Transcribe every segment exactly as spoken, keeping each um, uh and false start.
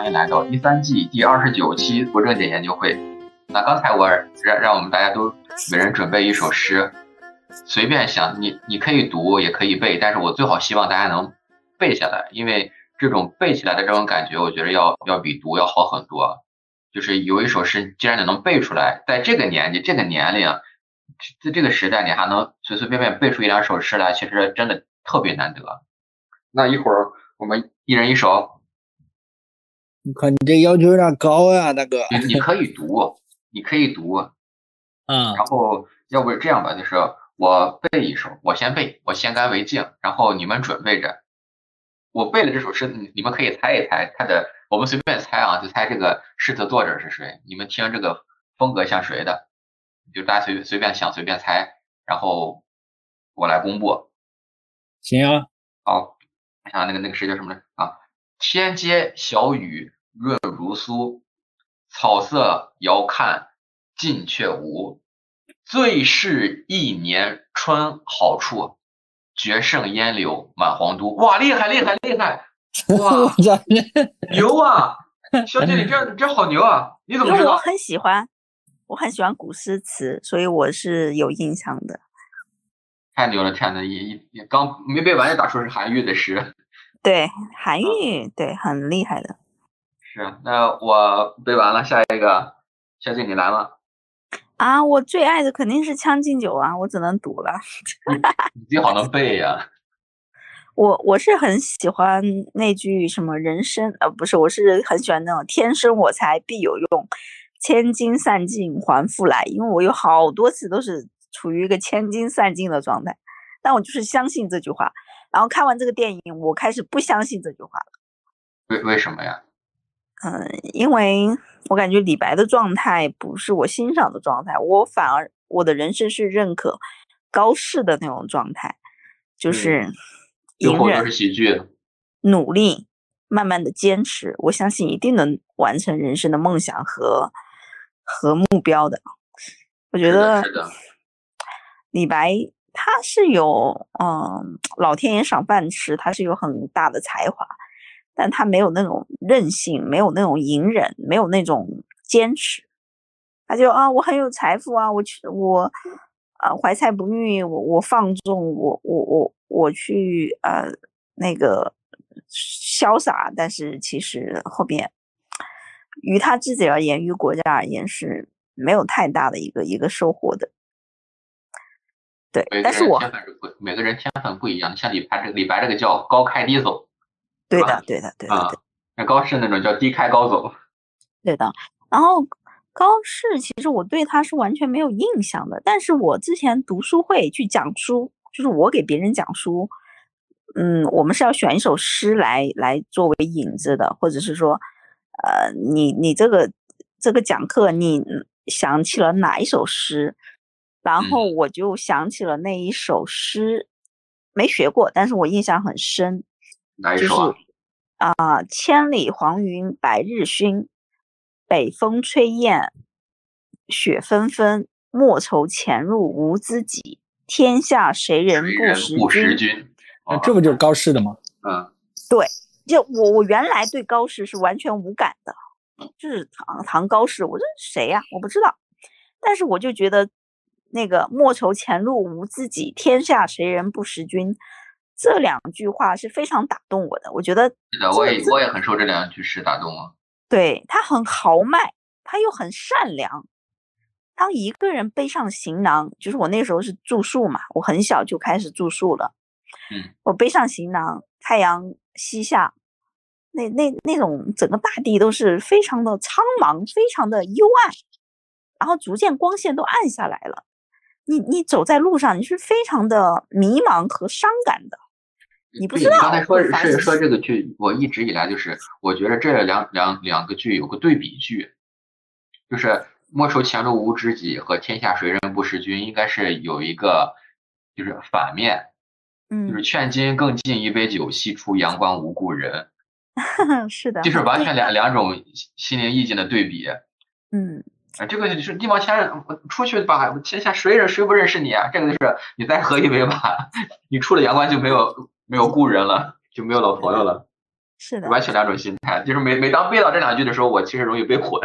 欢迎来到第三季第二十九期不正经研究会。那刚才我让让我们大家都每人准备一首诗，随便想，你你可以读也可以背，但是我最好希望大家能背下来，因为这种背起来的这种感觉，我觉得要要比读要好很多。就是有一首诗，既然你能背出来，在这个年纪、这个年龄、在这个时代，你还能随随便便背出一两首诗来，其实真的特别难得。那一会儿我们一人一首。 你看你这要求有点高呀，大哥。 你你可以读，你可以读， 啊， 然后要不这样吧，就是我背一首，我先背，我先干为敬，然后你们准备着。我背了这首诗，你你们可以猜一猜它的，我们随便猜啊，就猜这个诗的作者是谁。你们听这个风格像谁的，就大家随随便想随便猜，然后我来公布。 行啊。 好，看那个那个诗叫什么呢？啊，天街小雨润如酥，草色遥看近却无。最是一年春好处，绝胜烟柳满皇都。哇，厉害厉害厉害！哇，牛啊！小姐，你这你这好牛啊！你怎么知道？ 因为我很喜欢，我很喜欢古诗词，所以我是有印象的。 太牛了，太牛了！一一刚没背完就打出是韩愈的诗。 对，韩愈、啊、对，很厉害的。 是，那我背完了，下一个，小姐你来吗？ 啊，我最爱的肯定是《将进酒》啊，我只能读了。 你最好能背呀。 我我是很喜欢那句什么人生呃不是，我是很喜欢那种天生我材必有用，千金散尽还复来，因为我有好多次都是处于一个千金散尽的状态，但我就是相信这句话。然后看完这个电影，我开始不相信这句话了。 为为什么呀？ 嗯，因为我感觉李白的状态不是我欣赏的状态，我反而我的人生是认可高适的那种状态，就是隐忍、都是喜剧， 努力，慢慢的坚持，我相信一定能完成人生的梦想和和目标的。我觉得李白他是有嗯，老天爷赏饭吃，他是有很大的才华，但他没有那种韧性，没有那种隐忍，没有那种坚持。他就啊，我很有财富啊，我去我啊怀才不遇，我我放纵，我我我我去呃那个潇洒，但是其实后面于他自己而言，于国家而言是没有太大的一个一个收获的。对，但是我每个人天分不一样，像李白这个李白这个叫高开低走。 对的，对的，对的，对。 那、啊、高适那种叫低开高走。 对的。然后高适其实我对他是完全没有印象的，但是我之前读书会去讲书，就是我给别人讲书，嗯，我们是要选一首诗来来作为引子的，或者是说，呃，你你这个这个讲课你想起了哪一首诗，然后我就想起了那一首诗，没学过，但是我印象很深。 哪一首啊？ 就是啊、呃，千里黄云白日曛，北风吹雁雪纷纷，莫愁前路无知己，天下谁人不识君。 啊，这不就是高适的吗？ 嗯， 对，就我我原来对高适是完全无感的，就是唐唐高适，我这谁呀、啊？我不知道，但是我就觉得那个莫愁前路无知己，天下谁人不识君。这两句话是非常打动我的，我觉得是的，我也我也很受这两句诗打动了。 对，他很豪迈，他又很善良。当一个人背上行囊，就是我那时候是住宿嘛，我很小就开始住宿了。 嗯， 我背上行囊，太阳西下，那那那种整个大地都是非常的苍茫，非常的幽暗，然后逐渐光线都暗下来了。你你走在路上，你是非常的迷茫和伤感的。你不知道。 你刚才说是说这个剧，我一直以来就是，我觉得这两两两个剧有个对比句，就是莫愁前路无知己和天下谁人不识君，应该是有一个就是反面， 嗯， 就是劝君更尽一杯酒，西出阳关无故人。 是的， 就是完全两两种心灵意境的对比。 嗯。 啊，这个就是你往前出去吧，天下谁人谁不认识你啊？这个就是你再喝一杯吧，你出了阳关就没有没有故人了，就没有老朋友了。 是的， 完全两种心态。就是每每当背到这两句的时候，我其实容易背混。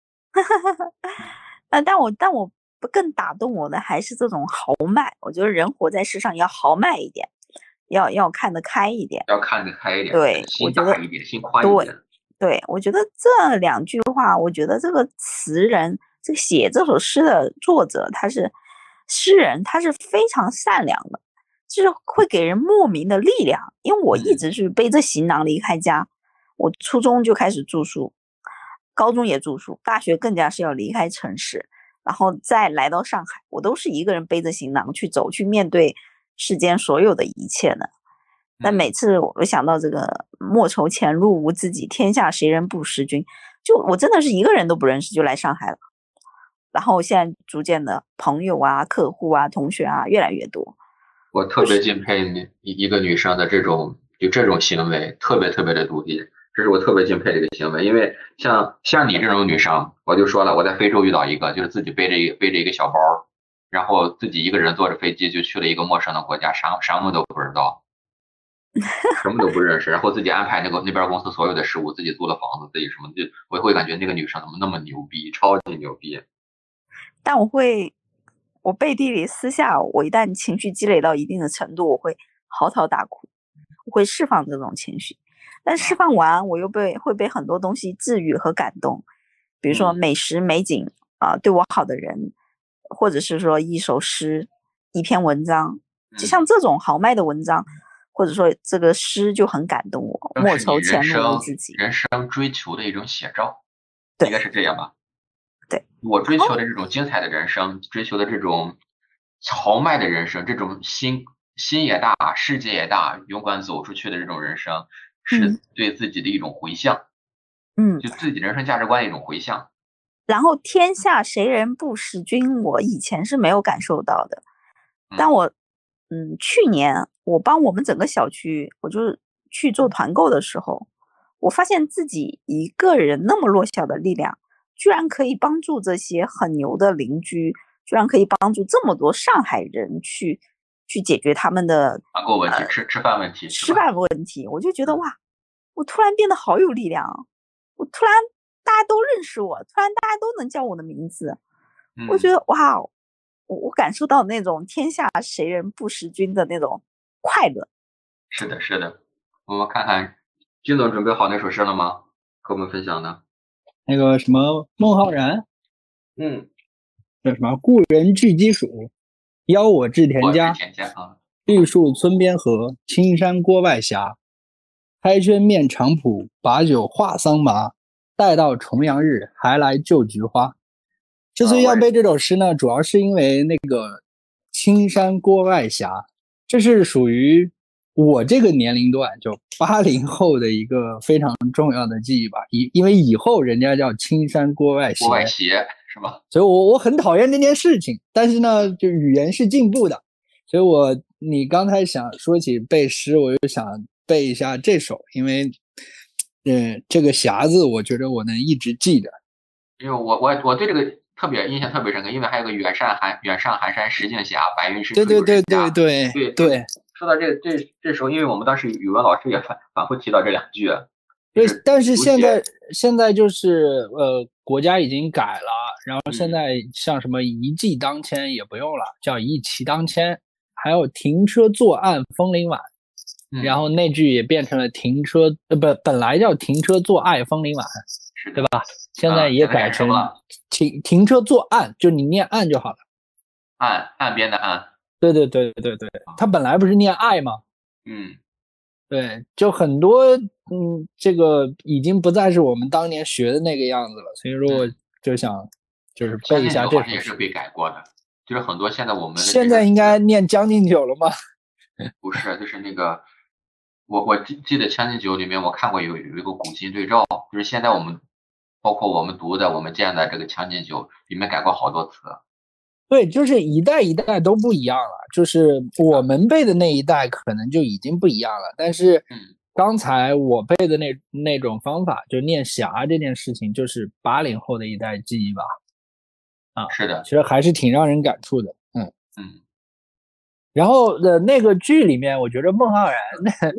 呃，但我但我更打动我的还是这种豪迈。我觉得人活在世上要豪迈一点，要要看得开一点， 要看得开一点， 对， 心大一点，心宽一点。 对，我觉得这两句话，我觉得这个词人，这个写这首诗的作者，他是诗人，他是非常善良的，就是会给人莫名的力量。因为我一直是背着行囊离开家，我初中就开始住宿，高中也住宿，大学更加是要离开城市，然后再来到上海，我都是一个人背着行囊去走，去面对世间所有的一切的。但每次我想到这个莫愁前路无知己，天下谁人不识君，就我真的是一个人都不认识就来上海了。然后现在逐渐的朋友啊、客户啊、同学啊越来越多。 我特别敬佩你一个女生的这种就这种行为，特别特别的独立，这是我特别敬佩的一个行为。因为像像你这种女生，我就说了，我在非洲遇到一个，就是自己背着一背着一个小包，然后自己一个人坐着飞机就去了一个陌生的国家，啥什么都不知道。什么都不认识，然后自己安排那个那边公司所有的事务，自己租的房子，自己什么，就我会感觉那个女生怎么那么牛逼，超级牛逼。 但我会，我背地里私下，我一旦情绪积累到一定的程度，我会嚎啕大哭，我会释放这种情绪。但释放完，我又被会被很多东西治愈和感动，比如说美食、美景啊、呃，对我好的人，或者是说一首诗、一篇文章，就像这种豪迈的文章。或者说这个诗就很感动我，莫愁前路无知己， 人生追求的一种写照， 对， 应该是这样吧？ 对， 我追求的这种精彩的人生，追求的这种豪迈的人生，这种心心也大，世界也大，勇敢走出去的这种人生，是对自己的一种回向， 嗯， 就自己人生价值观的一种回向。 然后天下谁人不识君，我以前是没有感受到的，但我。嗯，去年我帮我们整个小区，我就是去做团购的时候，我发现自己一个人那么弱小的力量，居然可以帮助这些很牛的邻居，居然可以帮助这么多上海人去去解决他们的团购问题、呃、吃吃饭问题、 吃饭问题，我就觉得哇，我突然变得好有力量，我突然大家都认识我，突然大家都能叫我的名字， 嗯、 我觉得哇。我我感受到那种天下谁人不识君的那种快乐。 是的，是的。我们看看君总准备好那首诗了吗？和我们分享的那个什么孟浩然， 嗯， 叫什么故人具鸡黍，邀我至田家。 啊， 绿树村边合，青山郭外斜。开轩面场圃，把酒话桑麻。待到重阳日，还来就菊花。之所以要背这首诗呢，主要是因为那个青山郭外斜，这是属于我这个年龄段，就八零后的一个非常重要的记忆吧。以因为以后人家叫青山郭外斜， 郭外斜是吧？ 所以我我很讨厌这件事情，但是呢，就语言是进步的，所以我你刚才想说起背诗，我就想背一下这首，因为嗯，这个匣子我觉得我能一直记着， 因为我我我对这个。特别印象特别深刻，因为还有个远上寒远上寒山石径斜，白云是对对对对对对对。 说到这这这时候，因为我们当时语文老师也反反复提到这两句。 对，但是现在现在就是呃，国家已经改了，然后现在像什么一骑当千也不用了，叫一骑当千，还有停车坐岸风铃晚， 嗯、 然后那句也变成了停车呃不本来叫停车坐爱风铃晚，对吧？现在也改成停、啊、停车坐岸，就你念岸就好了。 岸岸边的岸。 对对对对对，它本来不是念爱吗？ 嗯， 对，就很多嗯，这个已经不再是我们当年学的那个样子了，所以说我就想就是背一下这首诗。 也是被改过的，就是很多现在我们、这个、 现在应该念将进酒了吗？ 不是，就是那个我我记得将进酒里面我看过有有一个古今对照，就是现在我们。包括我们读的、我们见的这个《将进酒》里面改过好多词。 对，就是一代一代都不一样了。就是我们背的那一代可能就已经不一样了，但是刚才我背的那那种方法，就念匣这件事情，就是八零后的一代记忆吧。啊， 是的， 其实还是挺让人感触的。嗯嗯。 然后的那个剧里面，我觉得孟浩然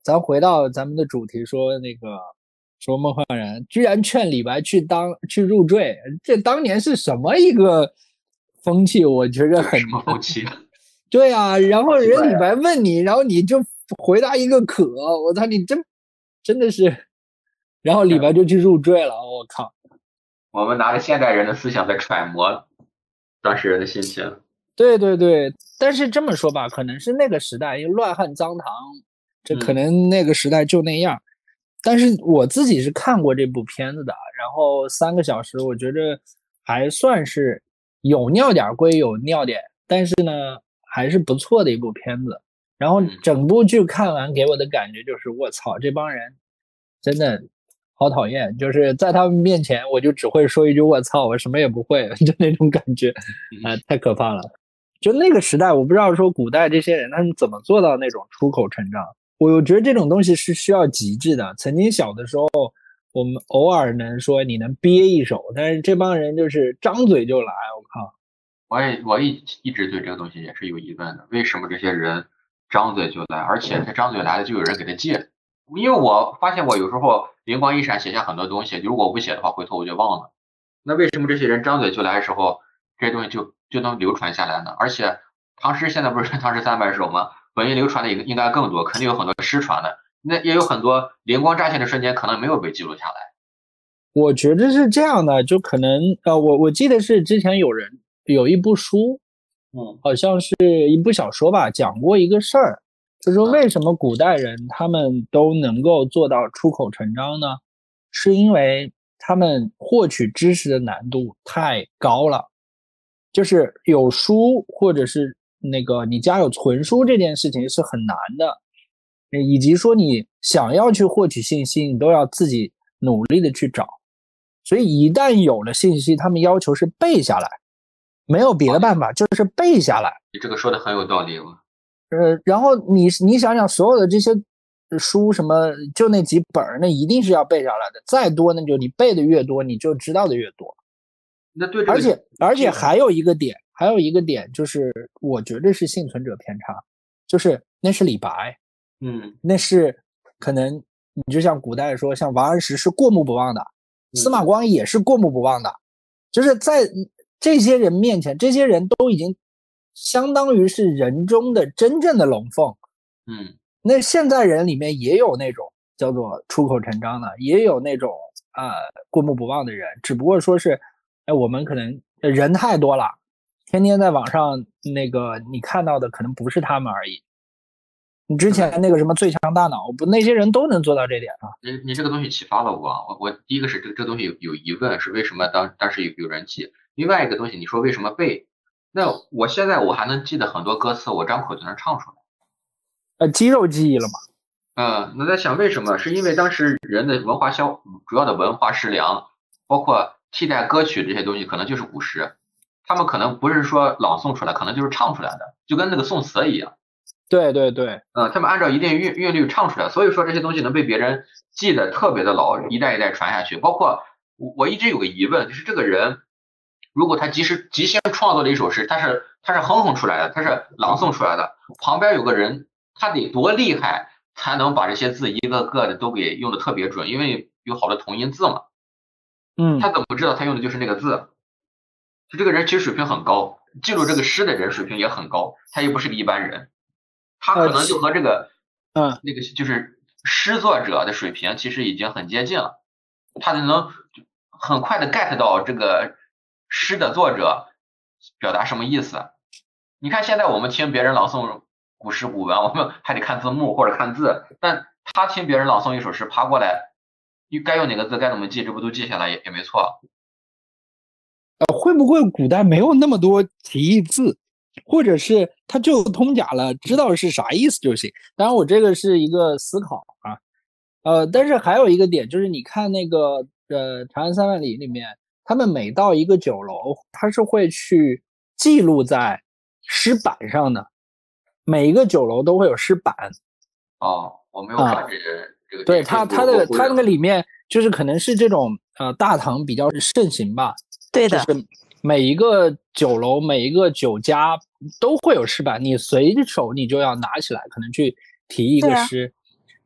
咱回到咱们的主题，说那个说梦幻然居然劝李白去当去入赘，这当年是什么一个风气？我觉得很什么风气？ 对啊，然后人李白问你，然后你就回答一个可，我操，你真真的是，然后李白就去入赘了，我靠！ 我们拿着现代人的思想在揣摩当时人的心情。 对对对，但是这么说吧，可能是那个时代，因为乱汉脏唐，这可能那个时代就那样。嗯、但是我自己是看过这部片子的，然后三个小时，我觉得还算是有尿点归有尿点，但是呢，还是不错的一部片子。然后整部剧看完给我的感觉就是，我操，这帮人真的好讨厌，就是在他们面前，我就只会说一句我操，我什么也不会，就那种感觉，啊、呃，太可怕了。就那个时代，我不知道说古代这些人他们怎么做到那种出口成章。我觉得这种东西是需要极致的。曾经小的时候，我们偶尔能说你能憋一手，但是这帮人就是张嘴就来，我靠！ 我也我一一直对这个东西也是有疑问的，为什么这些人张嘴就来，而且他张嘴来了就有人给他记？因为我发现我有时候灵光一闪写下很多东西，如果我不写的话，回头我就忘了。那为什么这些人张嘴就来的时候，这些东西就就能流传下来呢？而且唐诗现在不是唐诗三百首吗？文艺流传的应该更多，肯定有很多失传的，那也有很多灵光乍现的瞬间可能没有被记录下来。 我觉得是这样的，就可能呃，我我记得是之前有人有一部书， 嗯， 好像是一部小说吧，讲过一个事儿，就是说为什么古代人他们都能够做到出口成章呢？是因为他们获取知识的难度太高了，就是有书或者是那个你家有存书这件事情是很难的，以及说你想要去获取信息，你都要自己努力的去找，所以一旦有了信息，他们要求是背下来，没有别的办法，就是背下来。 你这个说的很有道理了。 呃，然后你你想想，所有的这些书什么，就那几本，那一定是要背下来的。再多，那就你背的越多，你就知道的越多。 那对这个， 而且而且还有一个点，还有一个点就是，我觉得是幸存者偏差，就是那是李白， 嗯， 那是可能你就像古代说，像王安石是过目不忘的，司马光也是过目不忘的，嗯、就是在这些人面前，这些人都已经相当于是人中的真正的龙凤。 嗯， 那现在人里面也有那种叫做出口成章的，也有那种呃过目不忘的人，只不过说是，哎，我们可能人太多了，天天在网上那个你看到的可能不是他们而已。你之前那个什么最强大脑，不那些人都能做到这点啊？ 你你这个东西启发了我，我我第一个是这这个东西有有疑问，是为什么当当时有有人记？另外一个东西，你说为什么背？那我现在我还能记得很多歌词，我张口就能唱出来。 呃，肌肉记忆了嘛？ 嗯，那在想为什么？是因为当时人的文化消主要的文化食粮，包括替代歌曲这些东西，可能就是古诗，他们可能不是说朗诵出来，可能就是唱出来的，就跟那个宋词一样。 对对对， 嗯，他们按照一定韵韵律唱出来，所以说这些东西能被别人记得特别的牢，一代一代传下去。包括我我一直有个疑问，就是这个人如果他即时即兴创作了一首诗，他是他是哼哼出来的，他是朗诵出来的，旁边有个人，他得多厉害才能把这些字一个个的都给用的特别准，因为有好多同音字嘛。 嗯， 他怎么知道他用的就是那个字？就这个人其实水平很高，记录这个诗的人水平也很高，他又不是个一般人。他可能就和这个， 嗯， 那个就是诗作者的水平其实已经很接近了，他就能很快的 get 到这个诗的作者表达什么意思。你看现在我们听别人朗诵古诗古文，我们还得看字幕或者看字，但他听别人朗诵一首诗，爬过来，该用哪个字该怎么记，这不都记下来也也没错。 呃，会不会古代没有那么多题义字？或者是他就通假了，知道是啥意思就行。当然，我这个是一个思考啊，呃，但是还有一个点就是，你看那个呃《长安三万里》里面，他们每到一个酒楼，他是会去记录在诗板上的，每一个酒楼都会有诗板。 哦，我没有看这个、啊、这个。 对他他的他那个里面就是可能是这种呃大唐比较盛行吧。 对的。 就是每一个酒楼、每一个酒家都会有诗板，你随手你就要拿起来，可能去题一个诗。啊、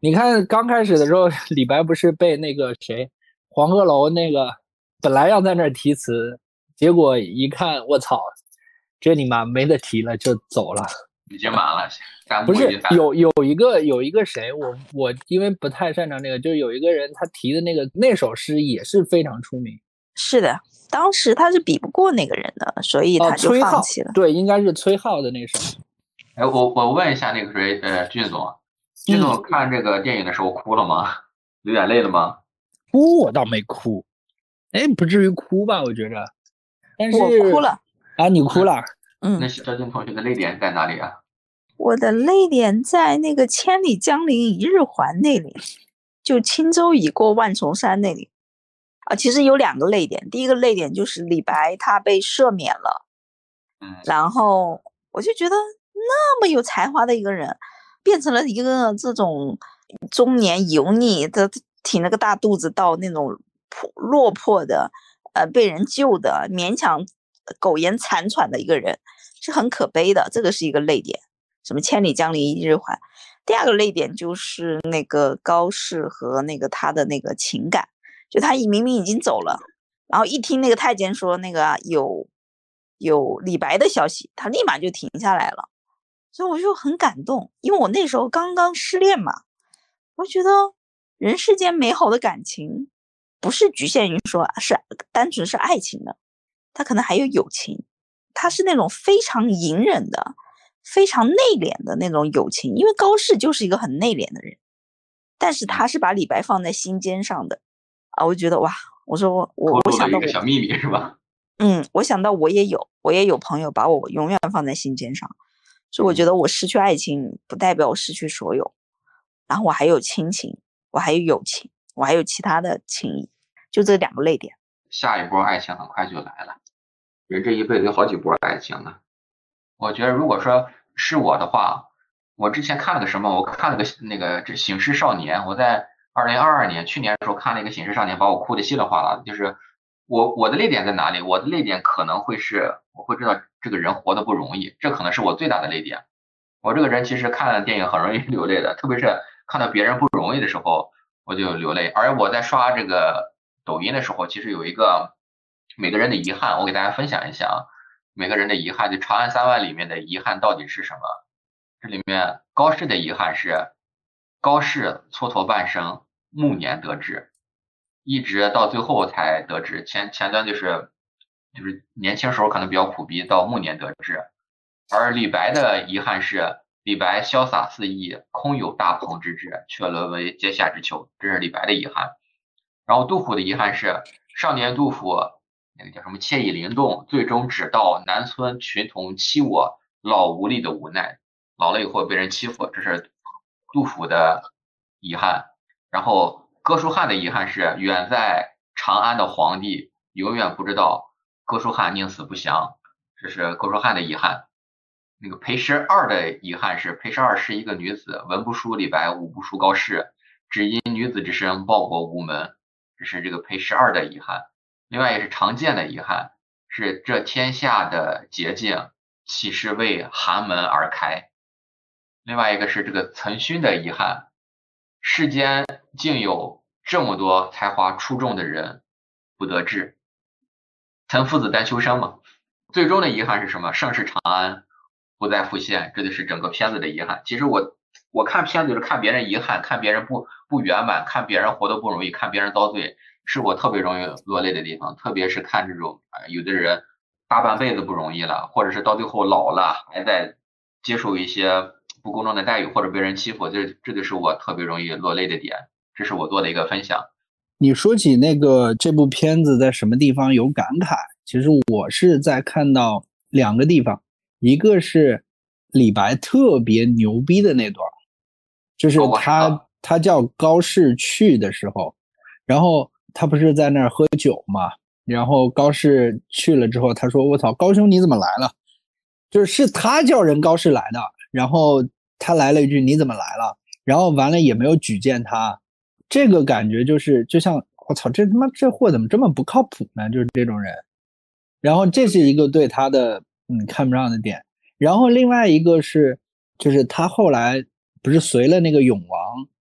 你看刚开始的时候，李白不是被那个谁黄鹤楼那个本来要在那儿题词，结果一看我操，这你妈没得提了，就走了， 已经满了。 不是有有一个有一个谁，我我因为不太擅长那个，就是有一个人他提的那个那首诗也是非常出名。 是的，当时他是比不过那个人的，所以他就放弃了。 哦、对，应该是崔颢的那首。 哎，我我问一下那个谁，呃，俊总，俊总看这个电影的时候哭了吗？流眼泪了吗？ 哭我倒没哭，哎，不至于哭吧？我觉着，但是我哭了啊，你哭了？ 嗯， 那肖军同学的泪点在哪里啊？ 我的泪点在那个千里江陵一日还那里，就轻舟已过万重山那里啊。其实有两个泪点，第一个泪点就是李白他被赦免了， 嗯， 然后我就觉得那么有才华的一个人，变成了一个这种中年油腻的，挺了个大肚子到那种落魄的，呃，被人救的，勉强苟延残喘的一个人，是很可悲的。这个是一个泪点。什么千里江陵一日还。第二个泪点就是那个高适和那个他的那个情感，就他明明已经走了，然后一听那个太监说那个有有李白的消息，他立马就停下来了，所以我就很感动，因为我那时候刚刚失恋嘛，我觉得人世间美好的感情不是局限于说是单纯是爱情的，他可能还有友情，他是那种非常隐忍的非常内敛的那种友情，因为高适就是一个很内敛的人，但是他是把李白放在心尖上的啊，我就觉得哇，我说我我我想到一个小秘密是吧？ 嗯，我想到我也有，我也有朋友把我永远放在心尖上，所以我觉得我失去爱情不代表我失去所有，然后我还有亲情，我还有友情，我还有其他的情谊，就这两个泪点。 下一波爱情很快就来了，人这一辈子有好几波爱情呢。我觉得如果说是我的话，我之前看了个什么，我看了个那个这《醒世少年》，我在二零二二年去年的时候看了一个《醒世少年》，把我哭得稀里哗啦的。就是我我的泪点在哪里？我的泪点可能会是我会知道这个人活得不容易，这可能是我最大的泪点。我这个人其实看了电影很容易流泪的，特别是看到别人不容易的时候我就流泪。而我在刷这个抖音的时候，其实有一个每个人的遗憾，我给大家分享一下啊。每个人的遗憾，就《长安三万里》里面的遗憾到底是什么？这里面高适的遗憾是高适蹉跎半生，暮年得志，一直到最后才得志。前前端就是就是年轻时候可能比较苦逼，到暮年得志。而李白的遗憾是李白潇洒肆意，空有大鹏之志，却沦为阶下之囚，这是李白的遗憾。然后杜甫的遗憾是少年杜甫。那个叫什么惬意灵动，最终只道南村群童欺我，老无力的无奈，老了以后被人欺负，这是杜甫的遗憾。然后哥舒翰的遗憾是远在长安的皇帝永远不知道哥舒翰宁死不降，这是哥舒翰的遗憾。那个裴十二的遗憾是裴十二是一个女子，文不输李白，武不输高适，只因女子之身报国无门，这是这个裴十二的遗憾。另外也是常见的遗憾是这天下的捷径岂是为寒门而开。另外一个是这个岑勋的遗憾，世间竟有这么多才华出众的人不得志，岑夫子丹丘生嘛。最终的遗憾是什么？盛世长安不再复现，这就是整个片子的遗憾。其实我我看片子就是看别人遗憾，看别人不不圆满，看别人活得不容易，看别人遭罪，是我特别容易落泪的地方。特别是看这种啊、呃，有的人大半辈子不容易了，或者是到最后老了还在接受一些不公正的待遇，或者被人欺负，这这就是我特别容易落泪的点。这是我做的一个分享。 你说起那个这部片子在什么地方有感慨，其实我是在看到两个地方，一个是李白特别牛逼的那段，就是他、哦、他叫高适去的时候，然后他不是在那儿喝酒嘛，然后高适去了之后，他说我操，高兄你怎么来了，就是是他叫人高适来的，然后他来了一句你怎么来了，然后完了也没有举荐他，这个感觉就是就像我操，这他妈这货怎么这么不靠谱呢，就是这种人。然后这是一个对他的嗯看不上的点，然后另外一个是就是他后来不是随了那个永王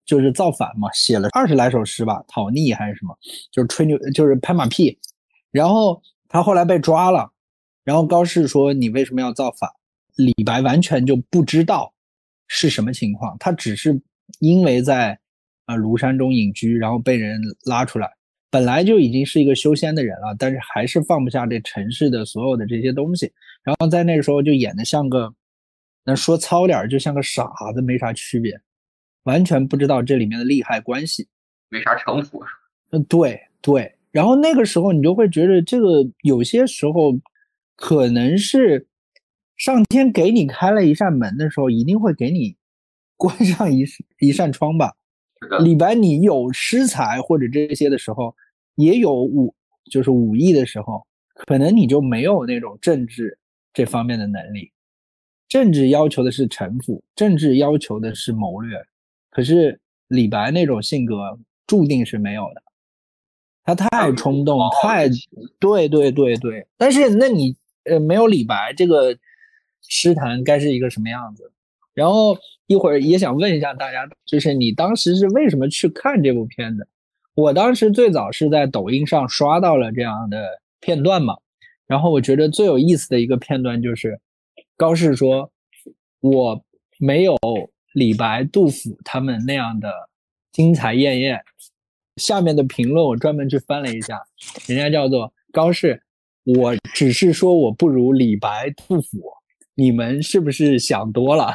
就是造反嘛，写了二十来首诗吧，讨逆还是什么，就是吹牛，就是拍马屁。然后他后来被抓了，然后高适说你为什么要造反？李白完全就不知道是什么情况，他只是因为在啊庐山中隐居，然后被人拉出来，本来就已经是一个修仙的人了，但是还是放不下这尘世的所有的这些东西，然后在那个时候就演得像个，那说糙点就像个傻子，没啥区别，完全不知道这里面的利害关系， 没啥城府。 嗯，对对。然后那个时候你就会觉得这个有些时候可能是上天给你开了一扇门的时候，一定会给你关上一一扇窗吧。李白你有诗才或者这些的时候，也有武就是武艺的时候，可能你就没有那种政治这方面的能力。政治要求的是城府，政治要求的是谋略，可是李白那种性格注定是没有的。他太冲动，太对对对对。但是那你呃没有李白，这个诗坛该是一个什么样子？然后一会儿也想问一下大家，就是你当时是为什么去看这部片子？我当时最早是在抖音上刷到了这样的片段嘛，然后我觉得最有意思的一个片段就是高适说，我没有李白、杜甫他们那样的精彩艳艳。下面的评论我专门去翻了一下，人家叫做高适，我只是说我不如李白、杜甫，你们是不是想多了？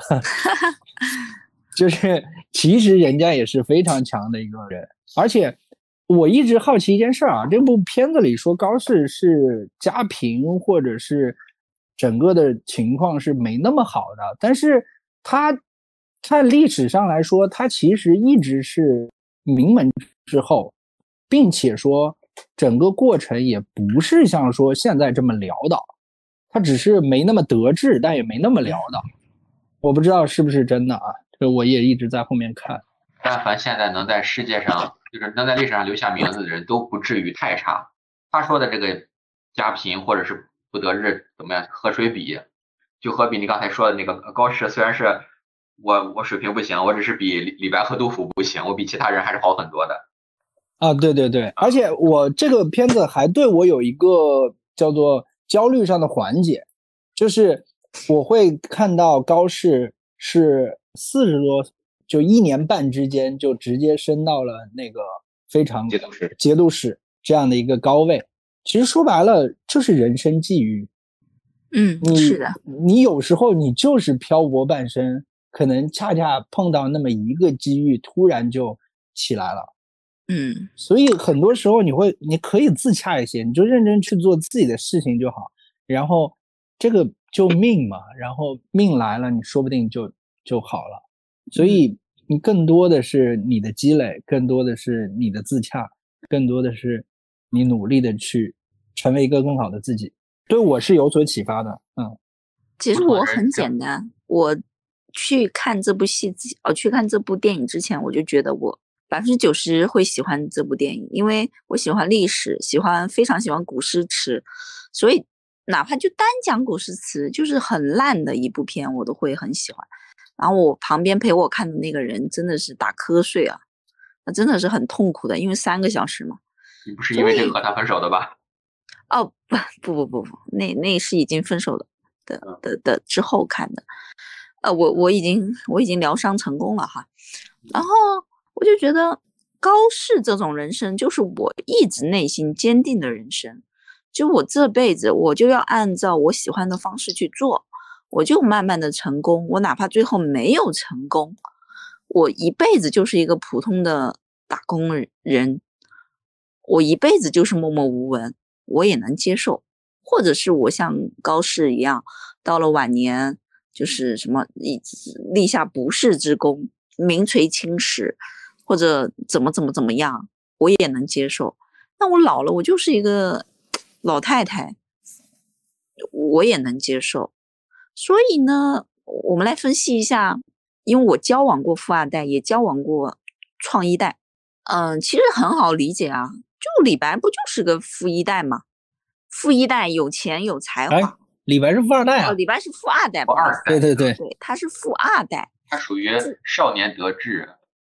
就是其实人家也是非常强的一个人，而且我一直好奇一件事啊，这部片子里说高适是家贫或者是整个的情况是没那么好的，但是他在历史上来说，他其实一直是名门之后，并且说整个过程也不是像说现在这么潦倒，他只是没那么得志，但也没那么潦倒。我不知道是不是真的啊，这我也一直在后面看。 但凡现在能在世界上，就是能在历史上留下名字的人，都不至于太差。他说的这个家贫或者是不得志怎么样，和谁比？就和比你刚才说的那个高适，虽然是我我水平不行，我只是比李白和杜甫不行，我比其他人还是好很多的。 啊，对对对，而且我这个片子还对我有一个叫做焦虑上的缓解，就是我会看到高适是四十多，就一年半之间就直接升到了那个非常节度使节度使这样的一个高位。其实说白了就是人生际遇。 嗯，是的， 你有时候你就是漂泊半生，可能恰恰碰到那么一个机遇，突然就起来了。 嗯， 所以很多时候你会，你可以自洽一些，你就认真去做自己的事情就好。然后这个就命嘛，然后命来了，你说不定就就好了。所以你更多的是你的积累，更多的是你的自洽，更多的是你努力的去成为一个更好的自己。对我是有所启发的。嗯， 其实我很简单，我去看这部戏，哦，去看这部电影之前，我就觉得我百分之九十会喜欢这部电影，因为我喜欢历史，喜欢非常喜欢古诗词，所以哪怕就单讲古诗词，就是很烂的一部片，我都会很喜欢。然后我旁边陪我看的那个人真的是打瞌睡啊，那真的是很痛苦的，因为三个小时嘛。 你不是因为这个和他分手的吧？ 哦，不不不不不，那那是已经分手了的的的之后看的。呃，我我已经我已经疗伤成功了哈。然后我就觉得高适这种人生，就是我一直内心坚定的人生。就我这辈子，我就要按照我喜欢的方式去做，我就慢慢的成功。我哪怕最后没有成功，我一辈子就是一个普通的打工人，我一辈子就是默默无闻，我也能接受。或者是我像高适一样，到了晚年就是什么立下不世之功，名垂青史，或者怎么怎么怎么样，我也能接受。那我老了，我就是一个老太太，我也能接受。所以呢，我们来分析一下，因为我交往过富二代，也交往过创一代，嗯，其实很好理解啊，就李白不就是个富一代吗？富一代有钱有才华。 哎，李白是富二代啊？ 哦，李白是富二代， 富二代， 对对对， 对，他是富二代， 他属于少年得志。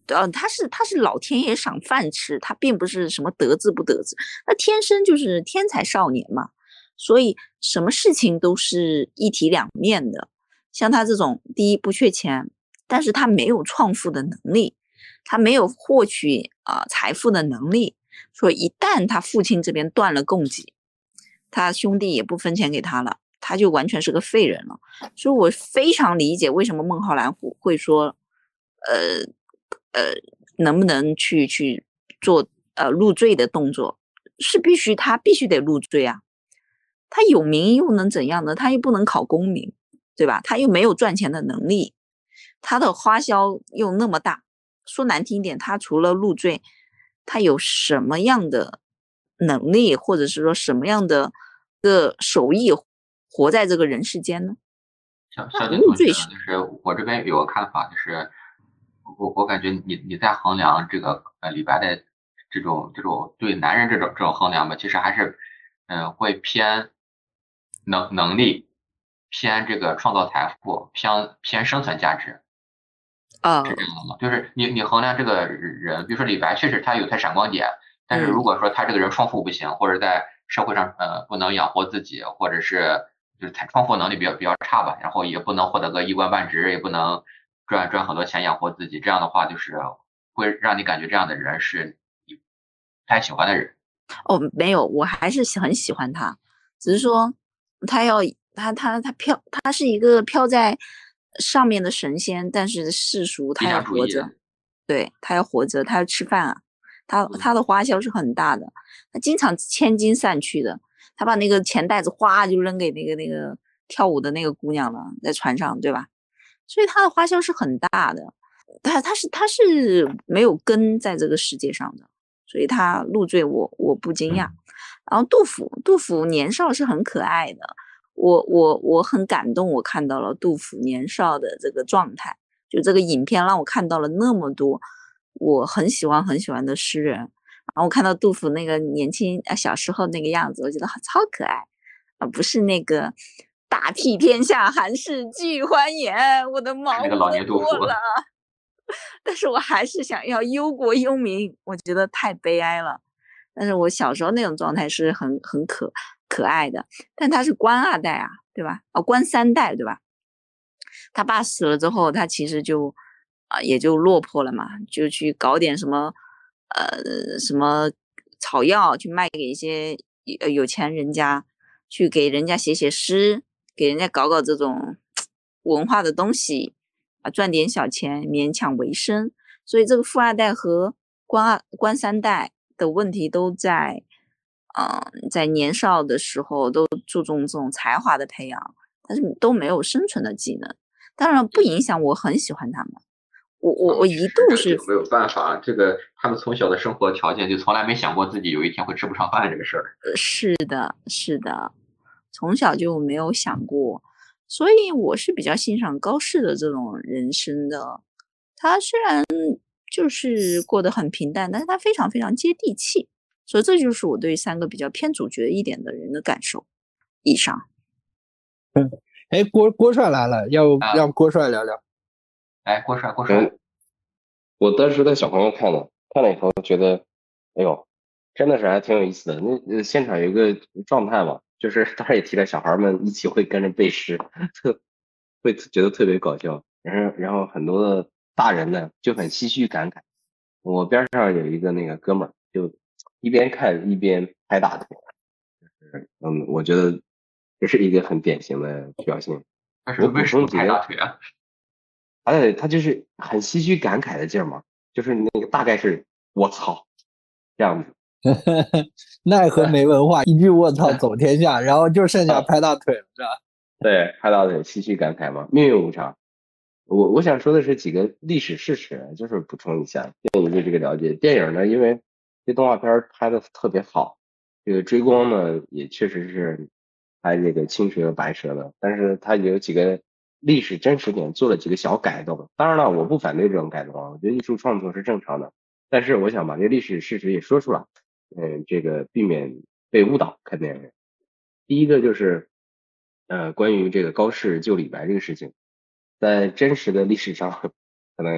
呃，他是他是老天爷赏饭吃，他并不是什么得志不得志，他天生就是天才少年嘛，所以什么事情都是一体两面的。像他这种，第一不缺钱，但是他没有创富的能力，他没有获取啊、呃、财富的能力，所以一旦他父亲这边断了供给，他兄弟也不分钱给他了，他就完全是个废人了。所以我非常理解为什么孟浩然会说，呃呃，能不能去去做呃入赘的动作，是必须他必须得入赘啊。他有名又能怎样呢？他又不能考功名，对吧？他又没有赚钱的能力，他的花销又那么大。说难听点，他除了入赘，他有什么样的能力，或者是说什么样的个手艺活在这个人世间呢？ 小小景同学，就是我这边有个看法，就是我我感觉你你在衡量这个呃李白的这种这种对男人这种这种衡量吧，其实还是嗯、呃、会偏能能力，偏这个创造财富，偏偏生存价值。 呃， 是这样的吗？就是你你衡量这个人，比如说李白，确实他有他闪光点，但是嗯如果说他这个人创富不行，或者在社会上呃不能养活自己，或者是就是他创富能力比较比较差吧，然后也不能获得个一官半职，也不能赚赚很多钱养活自己，这样的话就是会让你感觉这样的人是你不太喜欢的人。 哦，没有，我还是很喜欢他，只是说他要他他他飘，他是一个飘在上面的神仙，但是世俗理他要想主义。 活着，对，他要活着，他要吃饭啊，他他的花销是很大的，他经常千金散去的，他把那个钱袋子哗就扔给那个那个跳舞的那个姑娘了，在船上，对吧？所以他的花销是很大的，他他是他是没有根在这个世界上的。所以他入赘我我不惊讶。然后杜甫，杜甫年少是很可爱的，我我我很感动，我看到了杜甫年少的这个状态，就这个影片让我看到了那么多我很喜欢很喜欢的诗人，然后我看到杜甫那个年轻啊小时候那个样子，我觉得超可爱啊，不是那个大庇天下寒士俱欢颜，我的毛那个老年杜甫了。但是我还是想要忧国忧民，我觉得太悲哀了。但是我小时候那种状态是很很可可爱的，但他是官二代啊，对吧？哦，官三代，对吧？他爸死了之后，他其实就啊、呃、也就落魄了嘛，就去搞点什么呃什么草药去卖给一些有有钱人家，去给人家写写诗，给人家搞搞这种文化的东西啊，赚点小钱勉强为生。所以这个富二代和官二官三代的问题都在，嗯、呃，在年少的时候都注重这种才华的培养，但是都没有生存的技能。当然不影响我很喜欢他们，我我我一度是没有办法，这个他们从小的生活条件就从来没想过自己有一天会吃不上饭这个事儿。 是的，是的，从小就没有想过，所以我是比较欣赏高适的这种人生的。他虽然就是过得很平淡，但是他非常非常接地气，所以这就是我对三个比较偏主角一点的人的感受。以上。 嗯，哎，郭郭帅来了，要让郭帅聊聊。 哎，郭帅，郭帅， 我当时带小朋友看的，看了以后觉得，哎呦，真的是还挺有意思的。那呃现场有一个状态嘛，就是当然也提了小孩们一起会跟着背诗，特会觉得特别搞笑。然后然后很多的大人呢就很唏嘘感慨。我边上有一个那个哥们儿，就一边看一边拍大腿，就是嗯，我觉得这是一个很典型的表现。我补充几拍大个， 腿啊？ 哎，他就是很唏嘘感慨的劲儿嘛，就是那个大概是我操这样子。 奈何没文化，一句卧槽走天下，然后就剩下拍大腿了，是吧？ 对，拍大腿唏嘘感慨嘛，命运无常。我我想说的是几个历史事实，就是补充一下，便于对这个了解。电影呢，因为这动画片拍的特别好，这个追光呢也确实是拍这个青蛇白蛇的，但是它有几个历史真实点做了几个小改动。当然了，我不反对这种改动啊，我觉得艺术创作是正常的，但是我想把这历史事实也说出来，嗯，这个避免被误导看电影。第一个就是呃关于这个高适救李白这个事情。在真实的历史上，可能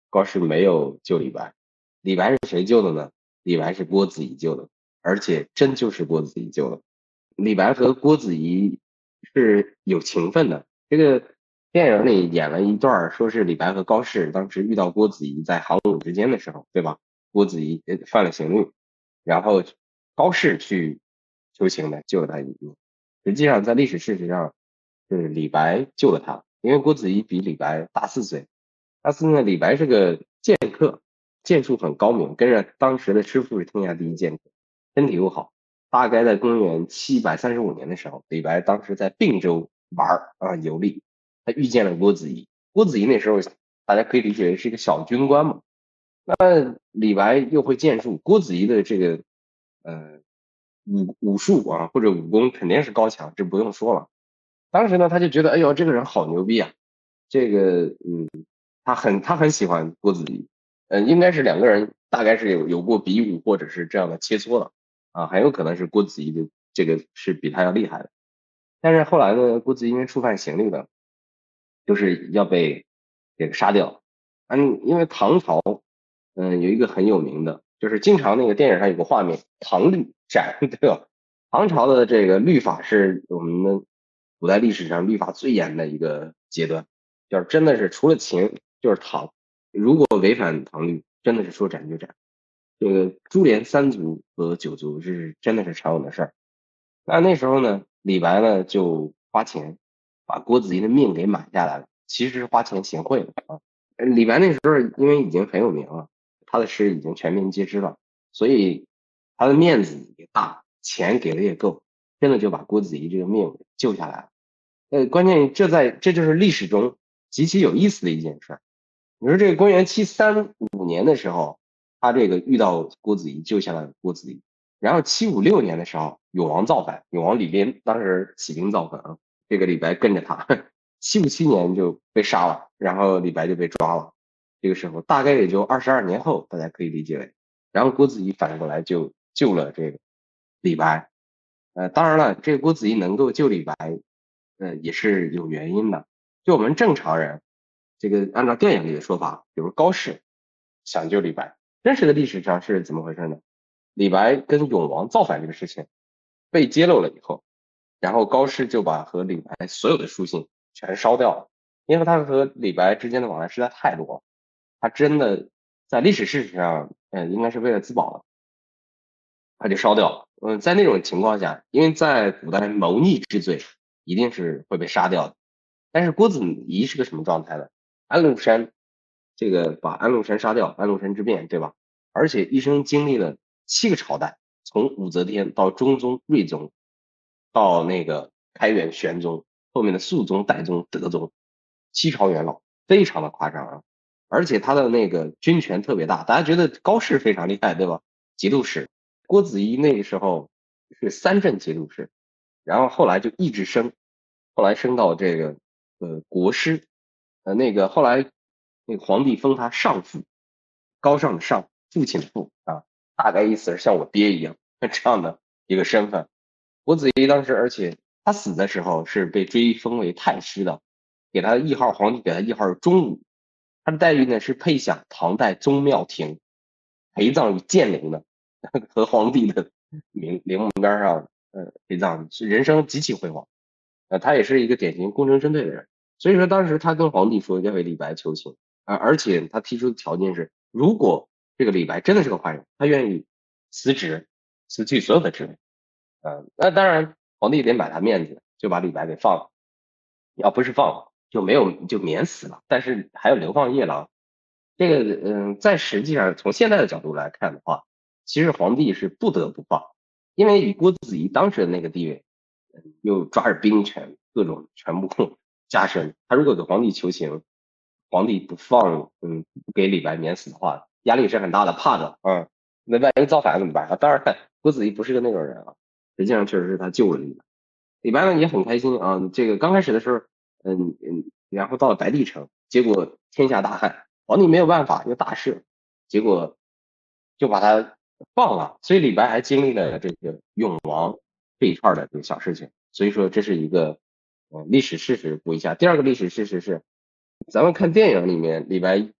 高适没有救李白。李白是谁救的呢？李白是郭子仪救的，而且真就是郭子仪救的。李白和郭子仪是有情分的。这个电影里演了一段，说是李白和高适当时遇到郭子仪在航母之间的时候，对吧？郭子仪犯了刑律，然后高适去求情的，救了他一命。实际上在历史事实上是李白救了他，因为郭子仪比李白大四岁。大四岁李白是个剑客，剑术很高明，跟着当时的师傅是天下第一剑客，身体又好。大概在公元七百三十五年的时候，李白当时在并州玩啊游历，他遇见了郭子仪。郭子仪那时候大家可以理解为是一个小军官嘛。那李白又会剑术，郭子仪的这个呃武武术啊或者武功肯定是高强，这不用说了。当时呢他就觉得哎呦这个人好牛逼啊，这个嗯他很他很喜欢郭子仪，呃应该是两个人大概是有有过比武或者是这样的切磋了啊，很有可能是郭子仪的这个是比他要厉害的。但是后来呢，郭子仪因为触犯刑律呢，就是要被给杀掉。嗯，因为唐朝嗯有一个很有名的，就是经常那个电影上有个画面，唐律斩，对吧？唐朝的这个律法是我们的古代历史上律法最严的一个阶段，就是真的是除了秦就是唐，如果违反唐律，真的是说斩就斩。这个株连三族和九族是真的是常有的事儿。那那时候呢，李白呢就花钱把郭子仪的命给买下来了，其实是花钱行贿的啊。李白那时候因为已经很有名了，他的诗已经全民皆知了，所以他的面子也大，钱给的也够，真的就把郭子仪这个命救下来了。呃，关键这在这就是历史中极其有意思的一件事。你说这个公元七三五年的时候，他这个遇到郭子仪，救下了郭子仪。然后七五六年的时候，永王造反，永王李昺当时起兵造反啊，这个李白跟着他。七五七年就被杀了，然后李白就被抓了。这个时候大概也就二十二年后，大家可以理解为，然后郭子仪反过来就救了这个李白。呃，当然了，这个郭子仪能够救李白，呃，也是有原因的。就我们正常人，这个按照电影里的说法，比如高适想救李白，真实的历史上是怎么回事呢？李白跟永王造反这个事情被揭露了以后，然后高适就把和李白所有的书信全烧掉了，因为他和李白之间的往来实在太多了，他真的在历史事实上，嗯，应该是为了自保了，他就烧掉了。嗯，在那种情况下，因为在古代谋逆之罪一定是会被杀掉的。但是郭子仪是个什么状态呢？安禄山这个把安禄山杀掉，安禄山之变，对吧？而且一生经历了七个朝代，从武则天到中宗、睿宗，到那个开元、玄宗，后面的肃宗、代宗、德宗，七朝元老，非常的夸张啊！而且他的那个军权特别大，大家觉得高适非常厉害，对吧？节度使，郭子仪那个时候是三镇节度使，然后后来就一直升，后来升到这个呃国师，呃那个后来那个皇帝封他上父，高尚的上，父亲的父啊，大概意思是像我爹一样这样的一个身份。郭子仪当时，而且他死的时候是被追封为太师的，给他谥号，皇帝给他谥号是忠武。他的待遇呢是配享唐代宗庙亭，陪葬于建陵的，和皇帝的陵陵墓边上呃陪葬，是人生极其辉煌。呃，他也是一个典型功成身退的人，所以说当时他跟皇帝说要为李白求情啊、呃，而且他提出的条件是，如果这个李白真的是个坏人，他愿意辞职，辞去所有的职位。呃，那当然皇帝得买他面子，就把李白给放了。要不是放了，就没有就免死了，但是还有流放夜郎。这个嗯，在实际上从现在的角度来看的话，其实皇帝是不得不放，因为以郭子仪当时的那个地位，又抓着兵权，各种全部加深。他如果给皇帝求情，皇帝不放，嗯，不给李白免死的话，压力是很大的，怕的啊。那万一造反怎么办啊？当然，郭子仪不是个那种人啊，实际上确实是他救了李白。李白呢也很开心啊，这个刚开始的时候，嗯嗯，然后到了白帝城，结果天下大旱，皇帝没有办法，有大事，结果就把他放了。所以李白还经历了这个永王这一串的这个小事情，所以说这是一个呃历史事实补一下。第二个历史事实是，咱们看电影里面李白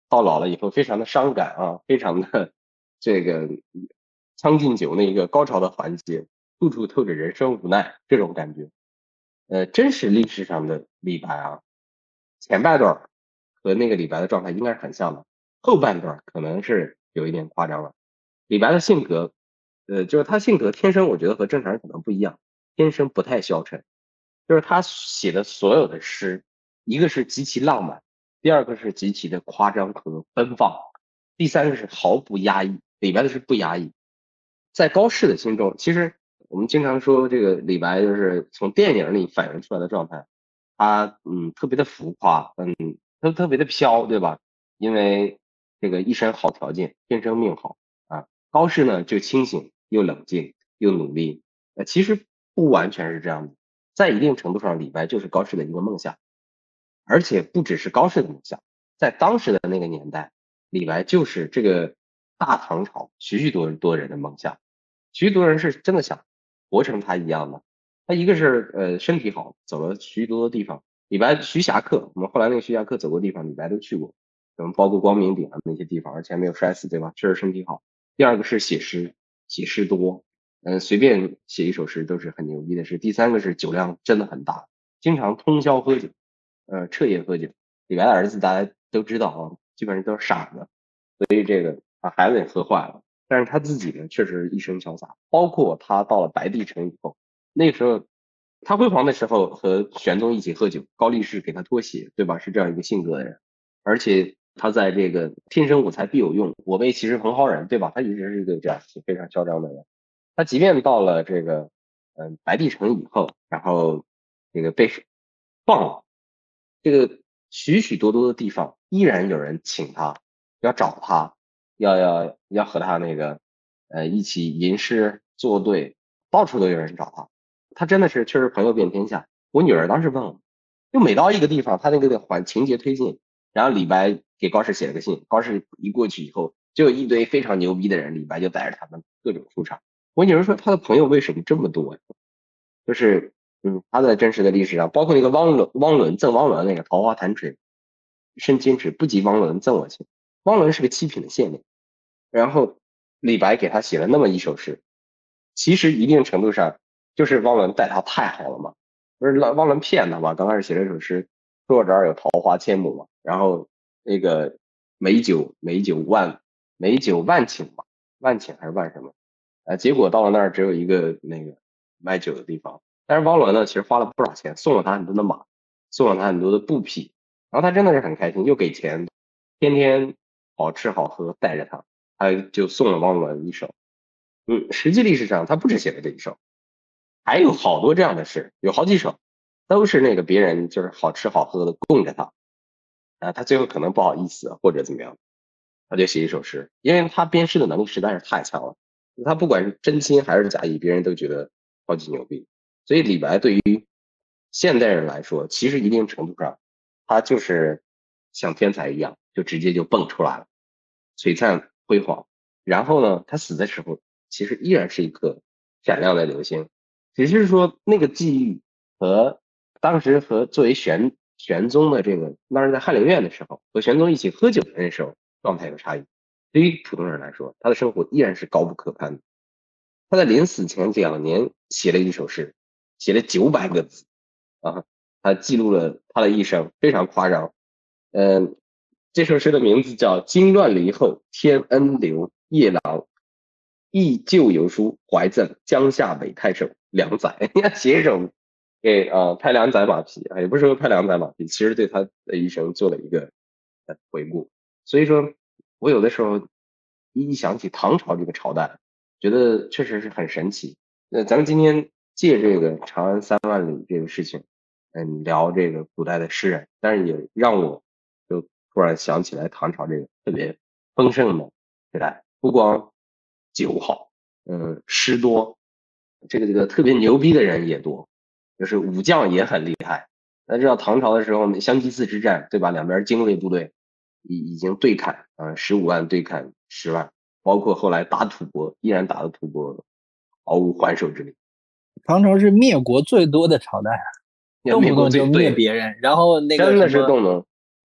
到老了以后非常的伤感啊，非常的这个《将进酒》那个高潮的环节，处处透着人生无奈这种感觉。呃，真实历史上的李白啊，前半段和那个李白的状态应该是很像的，后半段可能是有一点夸张了。李白的性格，呃，就是他性格天生我觉得和正常人可能不一样，天生不太消沉，就是他写的所有的诗，一个是极其浪漫，第二个是极其的夸张和奔放，第三个是毫不压抑。李白的是不压抑，在高适的心中，其实我们经常说这个李白就是从电影里反映出来的状态，他嗯特别的浮夸，嗯他特别的飘，对吧？因为这个一身好条件，天生命好啊。高适呢就清醒又冷静又努力，呃其实不完全是这样的，在一定程度上，李白就是高适的一个梦想，而且不只是高适的梦想，在当时的那个年代，李白就是这个大唐朝许许多多人的梦想。许多人是真的想活成他一样的。他一个是呃身体好，走了许许多多地方。李白徐霞客，我们后来那个徐霞客走过地方，李白都去过，嗯，包括光明顶啊那些地方，而且还没有摔死，对吧？确实身体好。第二个是写诗，写诗多，嗯，随便写一首诗都是很牛逼的事。第三个是酒量真的很大，经常通宵喝酒，呃，彻夜喝酒。李白的儿子大家都知道啊，基本上都是傻子，所以这个把孩子也喝坏了。但是他自己呢，确实一身潇洒。包括他到了白帝城以后，那个时候他辉煌的时候和玄宗一起喝酒，高力士给他脱鞋，对吧？是这样一个性格的人。而且他在这个天生我材必有用，我辈其实蓬蒿人，对吧？他一直是一个这样非常嚣张的人。他即便到了这个嗯、呃、白帝城以后，然后这个被放了，这个许许多多的地方依然有人请他，要找他，要要要和他那个呃一起吟诗作对，到处都有人找他。他真的是确实朋友遍天下。我女儿当时问我，就每到一个地方，他那个环情节推进，然后李白给高适写了个信，高适一过去以后，就有一堆非常牛逼的人，李白就带着他们各种出场。我女儿说他的朋友为什么这么多呀？就是嗯，他在真实的历史上，包括那个汪伦，汪伦赠汪伦那个桃花弹垂，身坚持不及汪伦赠我情。汪伦是个七品的县令，然后李白给他写了那么一首诗，其实一定程度上就是汪伦待他太好了嘛，不是汪伦骗他嘛？刚开始写了一首诗，说我这儿有桃花千亩嘛，然后那个美酒美酒万美酒万顷嘛，万顷还是万什么？呃，结果到了那儿只有一个那个卖酒的地方。但是汪伦呢，其实花了不少钱，送了他很多的马，送了他很多的布匹，然后他真的是很开心，又给钱，天天好吃好喝带着他，他就送了汪伦一首。嗯，实际历史上他不止写了这一首，还有好多这样的诗，有好几首都是那个别人就是好吃好喝的供着他，啊，他最后可能不好意思或者怎么样，他就写一首诗，因为他编诗的能力实在是太强了，他不管是真心还是假意，别人都觉得超级牛逼。所以李白对于现代人来说，其实一定程度上，他就是像天才一样，就直接就蹦出来了，璀璨辉煌。然后呢，他死的时候，其实依然是一颗闪亮的流星，只是说那个际遇和当时和作为玄玄宗的这个，当时在翰林院的时候，和玄宗一起喝酒的那时候状态有差异。对于普通人来说，他的生活依然是高不可攀的。他在临死前两年写了一首诗，写了九百个字啊，他记录了他的一生，非常夸张。嗯，这首诗的名字叫《经乱离后，天恩留夜郎忆旧游书，怀赠江夏北太守梁载》。你看写一首给啊、呃、拍梁载马屁啊，也不是说拍梁载马屁，其实对他的一生做了一个呃回顾。所以说，我有的时候一想起唐朝这个朝代，觉得确实是很神奇。那咱们今天借这个长安三万里这个事情，嗯，聊这个古代的诗人，但是也让我就突然想起来唐朝这个特别丰盛的时代，不光酒好，嗯，诗多，这个这个特别牛逼的人也多，就是武将也很厉害。大家知道唐朝的时候，香积寺之战，对吧？两边精锐部队已已经对砍啊，十五万对砍十万，包括后来打吐蕃，依然打的吐蕃毫无还手之力。 唐朝是灭国最多的朝代，动不动就灭别人，然后那个真的是动动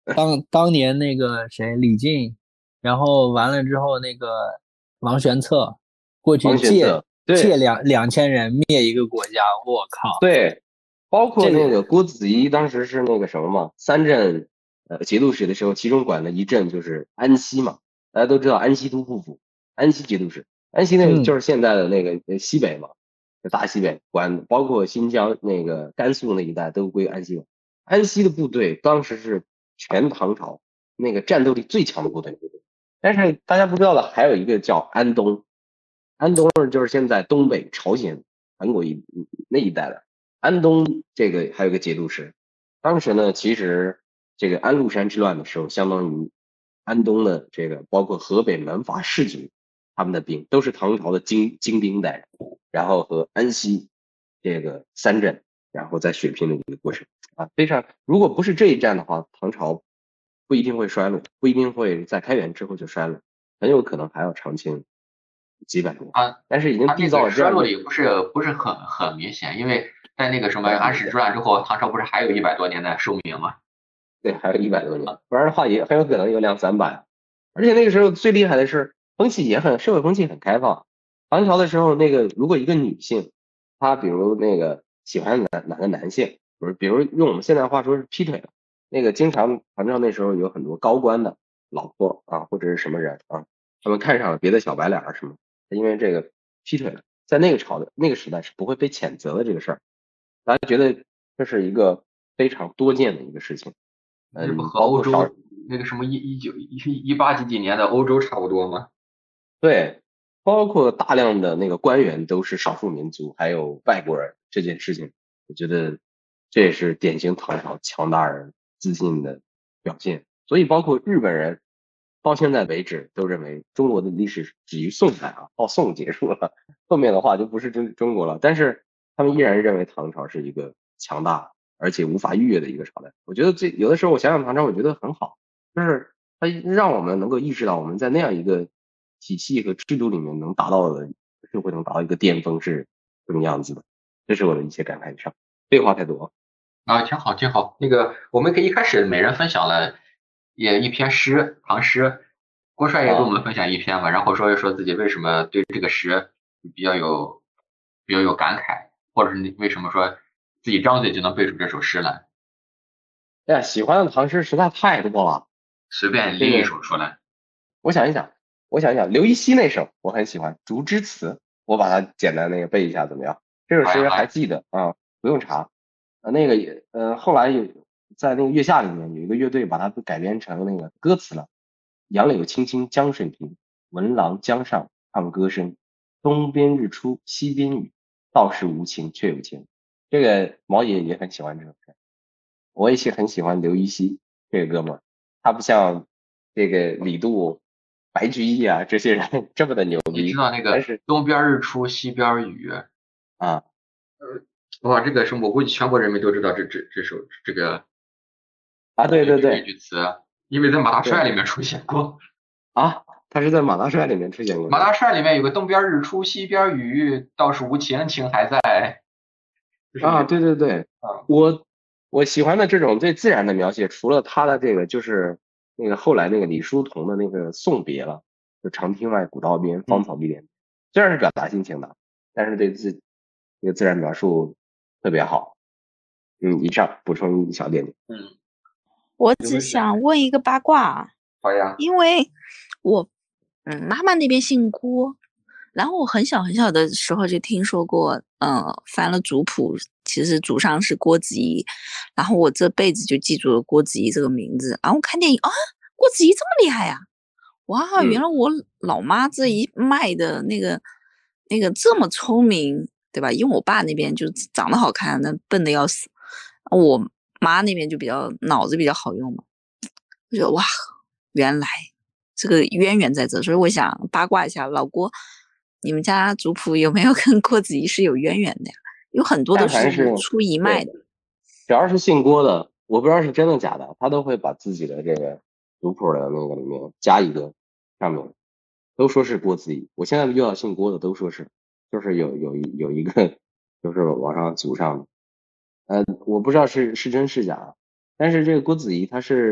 当当年那个谁李靖，然后完了之后那个王玄策过去借借两两千人灭一个国家，我靠！ 对，包括那个郭子仪当时是那个什么嘛，三镇呃节度使的时候，其中管的一镇就是安西嘛，大家都知道安西都护府，安西节度使，安西那个就是现在的那个、嗯、西北嘛，大西北管，包括新疆那个甘肃那一带都归安西管。安西的部队当时是全唐朝那个战斗力最强的部队，但是大家不知道的还有一个叫安东，安东就是现在东北朝鲜韩国一那一带的安东，这个还有个节度使。当时呢，其实这个安禄山之乱的时候，相当于安东的这个包括河北门阀士族他们的兵都是唐朝的精精兵带着，然后和安西这个三镇，然后在血拼的一个过程啊，非常如果不是这一战的话，唐朝不一定会衰落，不一定会在开元之后就衰落，很有可能还要长青几百年啊。 但是已经缔造了这样衰落里不是不是很很明显，因为在那个什么安史之乱之后，唐朝不是还有一百多年的寿命吗？ 对，还有一百多年，不然的话也很有可能有两三百。而且那个时候最厉害的是风气也很社会风气很开放。唐朝的时候，那个如果一个女性，她比如那个喜欢哪哪个男性，不是比如用我们现在话说是劈腿了，那个经常唐朝那时候有很多高官的老婆啊，或者是什么人啊，他们看上了别的小白脸儿什么，因为这个劈腿了，在那个朝的那个时代是不会被谴责的这个事儿，大家觉得这是一个非常多见的一个事情。 这不和欧洲那个什么一一九一一八几几年的欧洲差不多吗？ 对，包括大量的那个官员都是少数民族，还有外国人这件事情，我觉得这也是典型唐朝强大而自信的表现。所以包括日本人到现在为止都认为中国的历史止于宋代啊，到宋结束了，后面的话就不是中中国了。但是他们依然认为唐朝是一个强大而且无法逾越的一个朝代。我觉得这有的时候我想想唐朝，我觉得很好，就是它让我们能够意识到我们在那样一个体系和制度里面能达到的社会能达到一个巅峰是什么样子的。这是我的一些感慨上，废话太多啊，挺好挺好。那个我们可以一开始每人分享了也一篇诗，唐诗，郭帅也给我们分享一篇嘛，然后说一说自己为什么对这个诗比较有比较有感慨，或者是你为什么说自己张嘴就能背出这首诗来。 哎呀，喜欢的唐诗实在太多了， 随便拎一首出来。 我想一想，我想一想，刘禹锡那首我很喜欢《竹枝词》，我把它简单那个背一下怎么样？这首诗还记得啊，不用查。呃，那个也呃，后来有在那个月下里面有一个乐队把它改编成那个歌词了。杨柳青青江水平，闻郎江上唱歌声。东边日出西边雨，道是无晴却有晴。这个毛爷也很喜欢这首歌，我也是很喜欢刘禹锡这个哥们儿，他不像这个李杜、白居易啊这些人这么的牛逼。 你知道那个东边日出西边雨啊？ 呃，哇，这个是我估计全国人民都知道这这这首这个啊，对对对， 这句词，因为在马大帅里面出现过啊。他是在马大帅里面出现过。 马大帅里面有个东边日出西边雨，道是无晴晴还在。 啊，对对对， 啊， 我我喜欢的这种对自然的描写，除了他的这个，就是那个后来那个李叔同的那个送别了，就长亭外古道边，芳草碧连。虽然是表达心情的，但是对自这个自然描述特别好。嗯，以上补充一小点点。 嗯， 我只想问一个八卦。 好呀。 因为我嗯妈妈那边姓郭，然后我很小很小的时候就听说过，呃，翻了族谱，其实祖上是郭子仪，然后我这辈子就记住了郭子仪这个名字。然后看电影啊，郭子仪这么厉害呀、啊！哇，原来我老妈这一脉的那个那个这么聪明，对吧？因为我爸那边就长得好看，那笨的要死。我妈那边就比较脑子比较好用嘛，我觉得哇，原来这个渊源在这，所以我想八卦一下，老郭，你们家族谱有没有跟郭子仪是有渊源的呀？有很多都是出一脉的。 只要是姓郭的，我不知道是真的假的，他都会把自己的这个族谱的那个里面加一个上面，都说是郭子仪。我现在遇到姓郭的都说是，就是有有一有一个就是往上祖上的，呃，我不知道是是真是假，但是这个郭子仪他是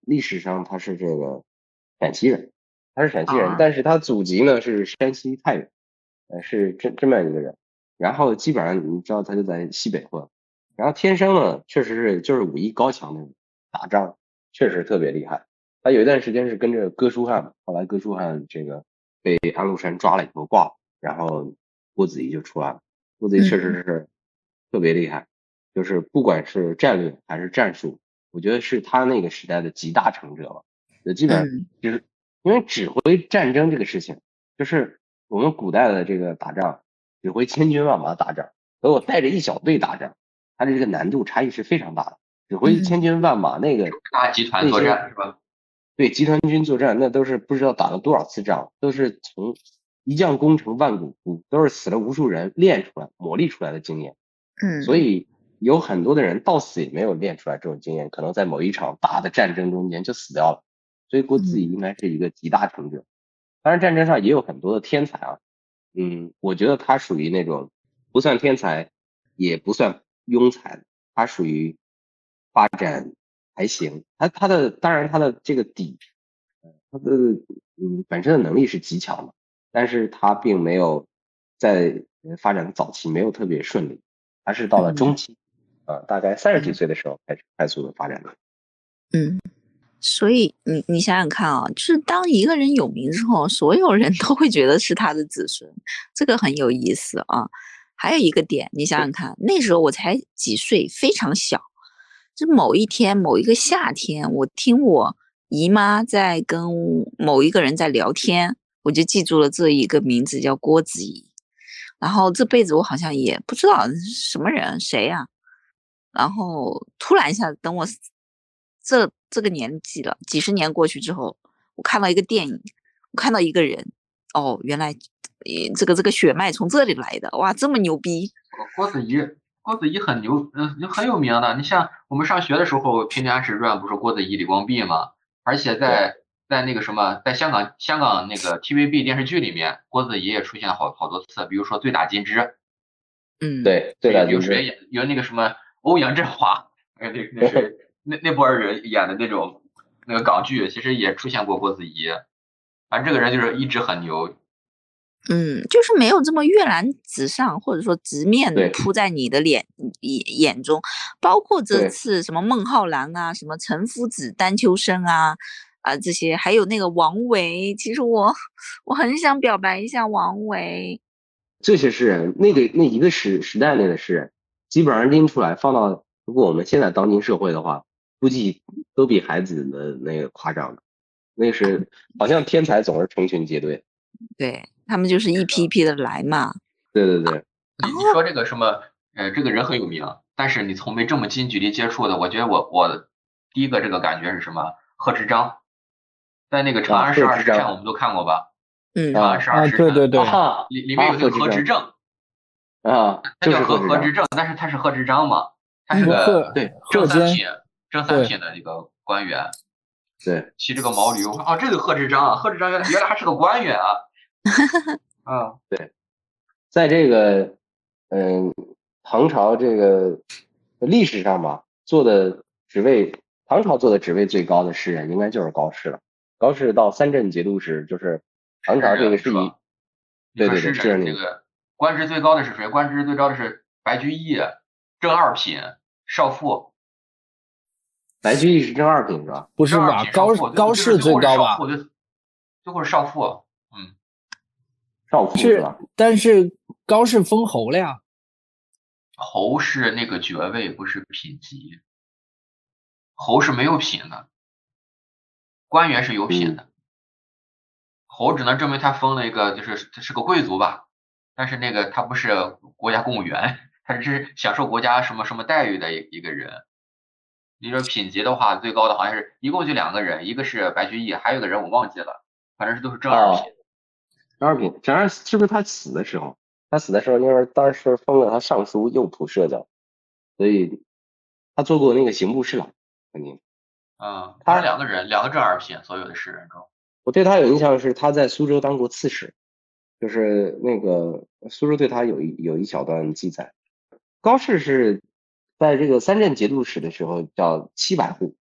历史上他是这个陕西人，他是陕西人， 啊但是他祖籍呢是山西太原，呃，是这这么一个人。然后基本上你知道他就在西北混，然后天生呢确实是就是武艺高强的人，打仗确实特别厉害。他有一段时间是跟着哥舒翰，后来哥舒翰这个被安禄山抓了以后挂了，然后郭子仪就出来了。郭子仪确实是特别厉害，就是不管是战略还是战术，我觉得是他那个时代的集大成者了。就基本上就是因为指挥战争这个事情，就是我们古代的这个打仗，指挥千军万马打仗和我带着一小队打仗，它的这个难度差异是非常大的。指挥千军万马那个大集团作战是吧？ 对，集团军作战那都是不知道打了多少次仗，都是从一将功成万骨枯，都是死了无数人练出来、磨砺出来的经验。 嗯， 所以有很多的人到死也没有练出来这种经验，可能在某一场大的战争中间就死掉了。所以郭子仪应该是一个集大成者。当然战争上也有很多的天才啊，嗯，我觉得他属于那种不算天才，也不算庸才，他属于发展还行。他他的当然他的这个底，他的嗯本身的能力是极强的，但是他并没有在发展的早期没有特别顺利，他是到了中期，啊、呃，大概三十几岁的时候开始快速的发展的。 嗯。所以你你想想看啊，就是当一个人有名之后，所有人都会觉得是他的子孙，这个很有意思啊。还有一个点，你想想看，那时候我才几岁，非常小。就某一天，某一个夏天，我听我姨妈在跟某一个人在聊天，我就记住了这一个名字叫郭子仪。然后这辈子我好像也不知道什么人谁呀、啊。然后突然一下，等我这这个年纪了，几十年过去之后，我看到一个电影，我看到一个人，哦，原来这个这个血脉从这里来的，哇，这么牛逼！ 郭子仪，郭子仪很牛，嗯，很有名的。你像我们上学的时候，《平津安史传》不是郭子仪、李光弼吗？而且在在那个什么，在香港香港那个 T V B 电视剧里面，郭子仪也出现好好多次，比如说《醉打金枝》， 嗯， 对，醉打金枝有谁演？有那个什么欧阳震华，那那是那那波人演的那种那个港剧，其实也出现过郭子仪。反正这个人就是一直很牛。 嗯，就是没有这么跃然纸上，或者说直面扑在你的脸眼眼中。包括这次什么孟浩然啊，什么陈夫子、丹丘生啊，啊这些，还有那个王维。其实我我很想表白一下王维。 这些诗人，那个那一个时时代内的诗人，基本上拎出来放到如果我们现在当今社会的话，估计都比孩子的那个夸张的。那是好像天才总是成群结队。 对。他们就是一批一批的来嘛。 对对对， 你你说这个什么，呃，这个人很有名，但是你从没这么近距离接触的，我觉得我我第一个这个感觉是什么？贺知章，在那个《长安十二时辰》我们都看过吧？ 嗯， 长安十二时辰， 对对对， 里里面有一个何执政， 啊， 他叫何何执政，但是他是贺知章嘛，他是个对正三品正三品的一个官员。 对， 骑这个毛驴，我说哦，这个贺知章啊，贺知章原来原来还是个官员啊。啊， 对，在这个嗯唐朝这个历史上吧，做的职位，唐朝做的职位最高的诗人应该就是高适了。高适到三镇节度使，就是唐朝这个是以，对对对， 是这个官职最高的是谁？官职最高的是白居易，正二品少傅。 白居易是正二品是吧？ 不是吧？高高适最高吧？ 最后是少傅，嗯， 少傅是吧？ 但是高适封侯了呀。 侯是那个爵位，不是品级。侯是没有品的，官员是有品的。嗯、侯只能证明他封了一个，就是他是个贵族吧，但是那个他不是国家公务员，他只是享受国家什么什么待遇的一一个人。你说品级的话，最高的好像是一共就两个人，一个是白居易，还有一个人我忘记了，反正是都是正二品。 哦、正二品，正二是不是他死的时候？他死的时候，因为当时封了他尚书右仆射的，所以他做过那个刑部侍郎，肯定。 嗯，他是两个人，两个正二品，所有的诗人中。 我对他有印象是他在苏州当过刺史，就是那个苏州对他有一有一小段记载。高适是在这个三镇节度使的时候叫七百户，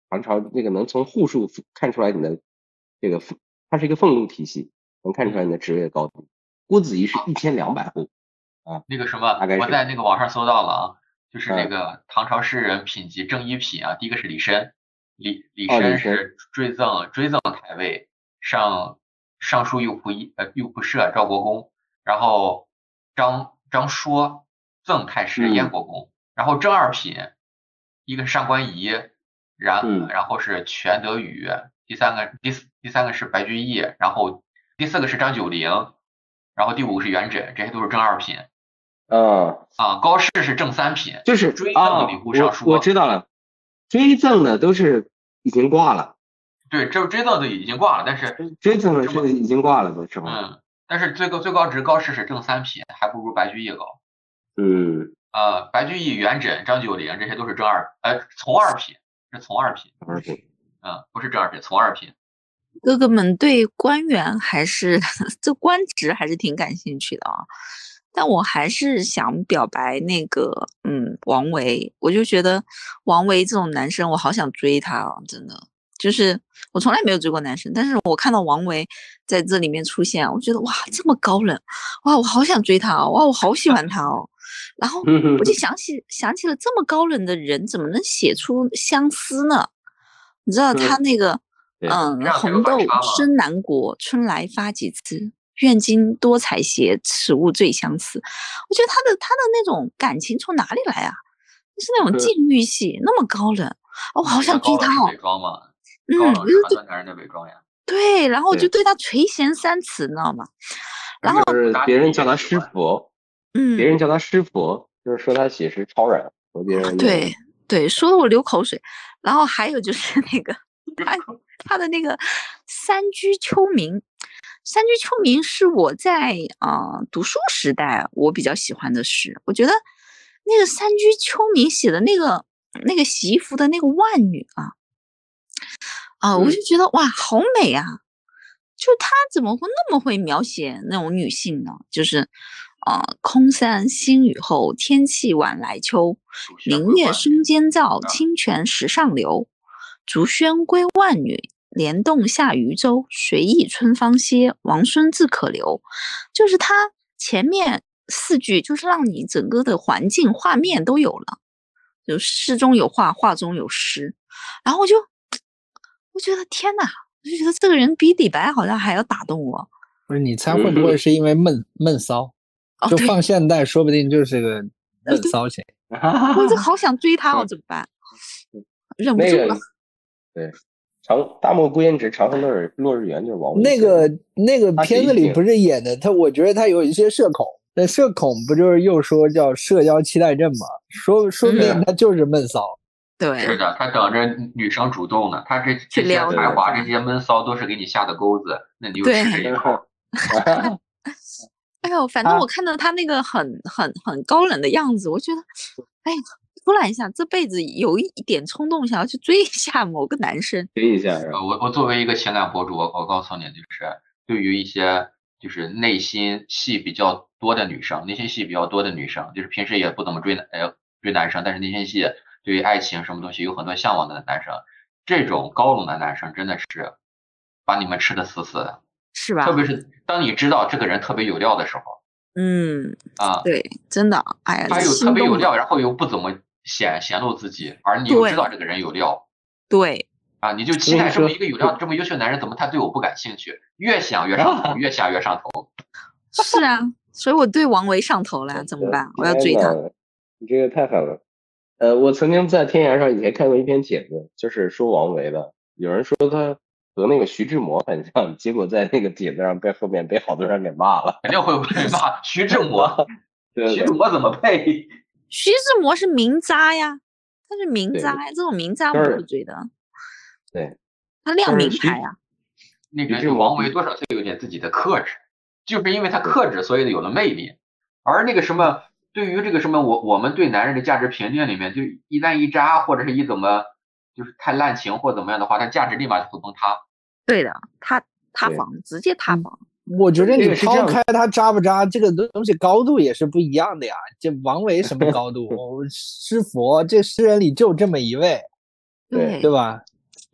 唐朝这个能从户数看出来你的这个，它是一个俸禄体系，能看出来你的职位高低。郭子仪是一千两百户啊， 那个什么，我在那个网上搜到了啊，就是那个唐朝诗人品级正一品啊，第一个是李绅，李李绅是追赠追赠台尉，上尚书右仆射呃右仆射赵国公，然后张张说赠太师燕国公，然后正二品，一个是上官仪，然然后是全德宇，第三个第四第三个是白居易，然后第四个是张九龄，然后第五个是元稹，这些都是正二品。 啊啊，高适是正三品， 就是追赠礼部尚书、 啊我。我知道了，追赠的都是已经挂了。 对，这追赠的已经挂了，但是追赠的是已经挂了的是吧？ 嗯，但是最高最高值高适是正三品，还不如白居易高。 嗯， 呃，白居易、元稹、张九龄这些都是正二，呃，从二品，是从二品。 二品， 嗯，不是正二品，从二品。 哥哥们对官员还是这官职还是挺感兴趣的啊。但我还是想表白那个，嗯，王维，我就觉得王维这种男生，我好想追他啊，真的，就是我从来没有追过男生，但是我看到王维在这里面出现，我觉得哇，这么高冷，哇，我好想追他哦，哇，我好喜欢他哦，然后我就想起想起了这么高冷的人，怎么能写出相思呢？你知道他那个，嗯，红豆生南国，春来发几次。愿君多采撷，此物最相思。我觉得他的他的那种感情从哪里来啊？就是那种禁欲系，那么高冷，哦，我好想追他哦。 伪装嘛， 嗯， 高冷是判断男人的伪装呀。 对，然后我就对他垂涎三尺，你知道吗？然后就是别人叫他师佛， 嗯， 别人叫他师佛，就是说他写诗超然，和别人对对，说的我流口水。然后还有就是那个他他的那个三居秋暝。三居秋暝是我在啊、呃、读书时代我比较喜欢的诗，我觉得那个三居秋暝写的那个那个洗衣服的那个万女啊啊、呃，我就觉得哇好美啊！就他怎么会那么会描写那种女性呢？就是啊、呃，空山新雨后，天气晚来秋，明月松间照，清泉石上流。竹喧归万女。莲动下渔舟，随意春芳歇，王孙自可留。就是他前面四句，就是让你整个的环境画面都有了，就诗中有画，画中有诗。然后我就，我觉得天哪，我就觉得这个人比李白好像还要打动我。 不是，你猜会不会是因为闷闷骚？ 哦、 就放现代，说不定就是个闷骚型。 我就好想追他哦，怎么办？忍不住了。 那个、对。长大漠孤烟直，长恨落日落日圆，就是王维。 那个那个片子里不是演的他，我觉得他有一些社恐。那社恐不就是又说叫社交期待症吗？说说不定他就是闷骚。 对， 是的，他等着女生主动呢。他这这些才华，这些闷骚都是给你下的钩子，那你就吃这一口。 哎呦，反正我看到他那个很很很高冷的样子，我觉得，哎。突然一下，这辈子有一点冲动，想要去追一下某个男生。 追一下， 我我作为一个情感博主，我我告诉你，就是对于一些就是内心戏比较多的女生，内心戏比较多的女生，就是平时也不怎么追呃追男生，但是内心戏对于爱情什么东西有很多向往的男生，这种高冷的男生真的是把你们吃的死死的， 是吧？ 特别是当你知道这个人特别有料的时候， 嗯啊， 对，真的，哎呀， 他又特别有料，然后又不怎么。显显露自己，而你又知道这个人有料， 对啊，你就期待这么一个有料、这么优秀的男人，怎么他对我不感兴趣？越想越上头，越想越上头。 是啊，所以我对王维上头了，怎么办？我要追他。 你这个太狠了。呃，我曾经在天涯上以前看过一篇帖子，就是说王维的，有人说他和那个徐志摩很像，结果在那个帖子上被后面被好多人给骂了。 肯定会被骂，徐志摩，徐志摩怎么配？ 徐志摩是名渣呀，他是名渣呀，这种名渣不会追的。 对， 他亮名牌啊。 那个王维多少岁有点自己的克制，就是因为他克制，所以有了魅力。而那个什么，对于这个什么，我我们对男人的价值评定里面，就一旦一渣或者是一怎么就是太滥情或怎么样的话，他价值立马就会崩塌。 对的，塌塌房，直接塌房。 我觉得你抛开他渣不渣，这个东西高度也是不一样的呀。这王维什么高度？诗佛，这诗人里就这么一位， 对对吧？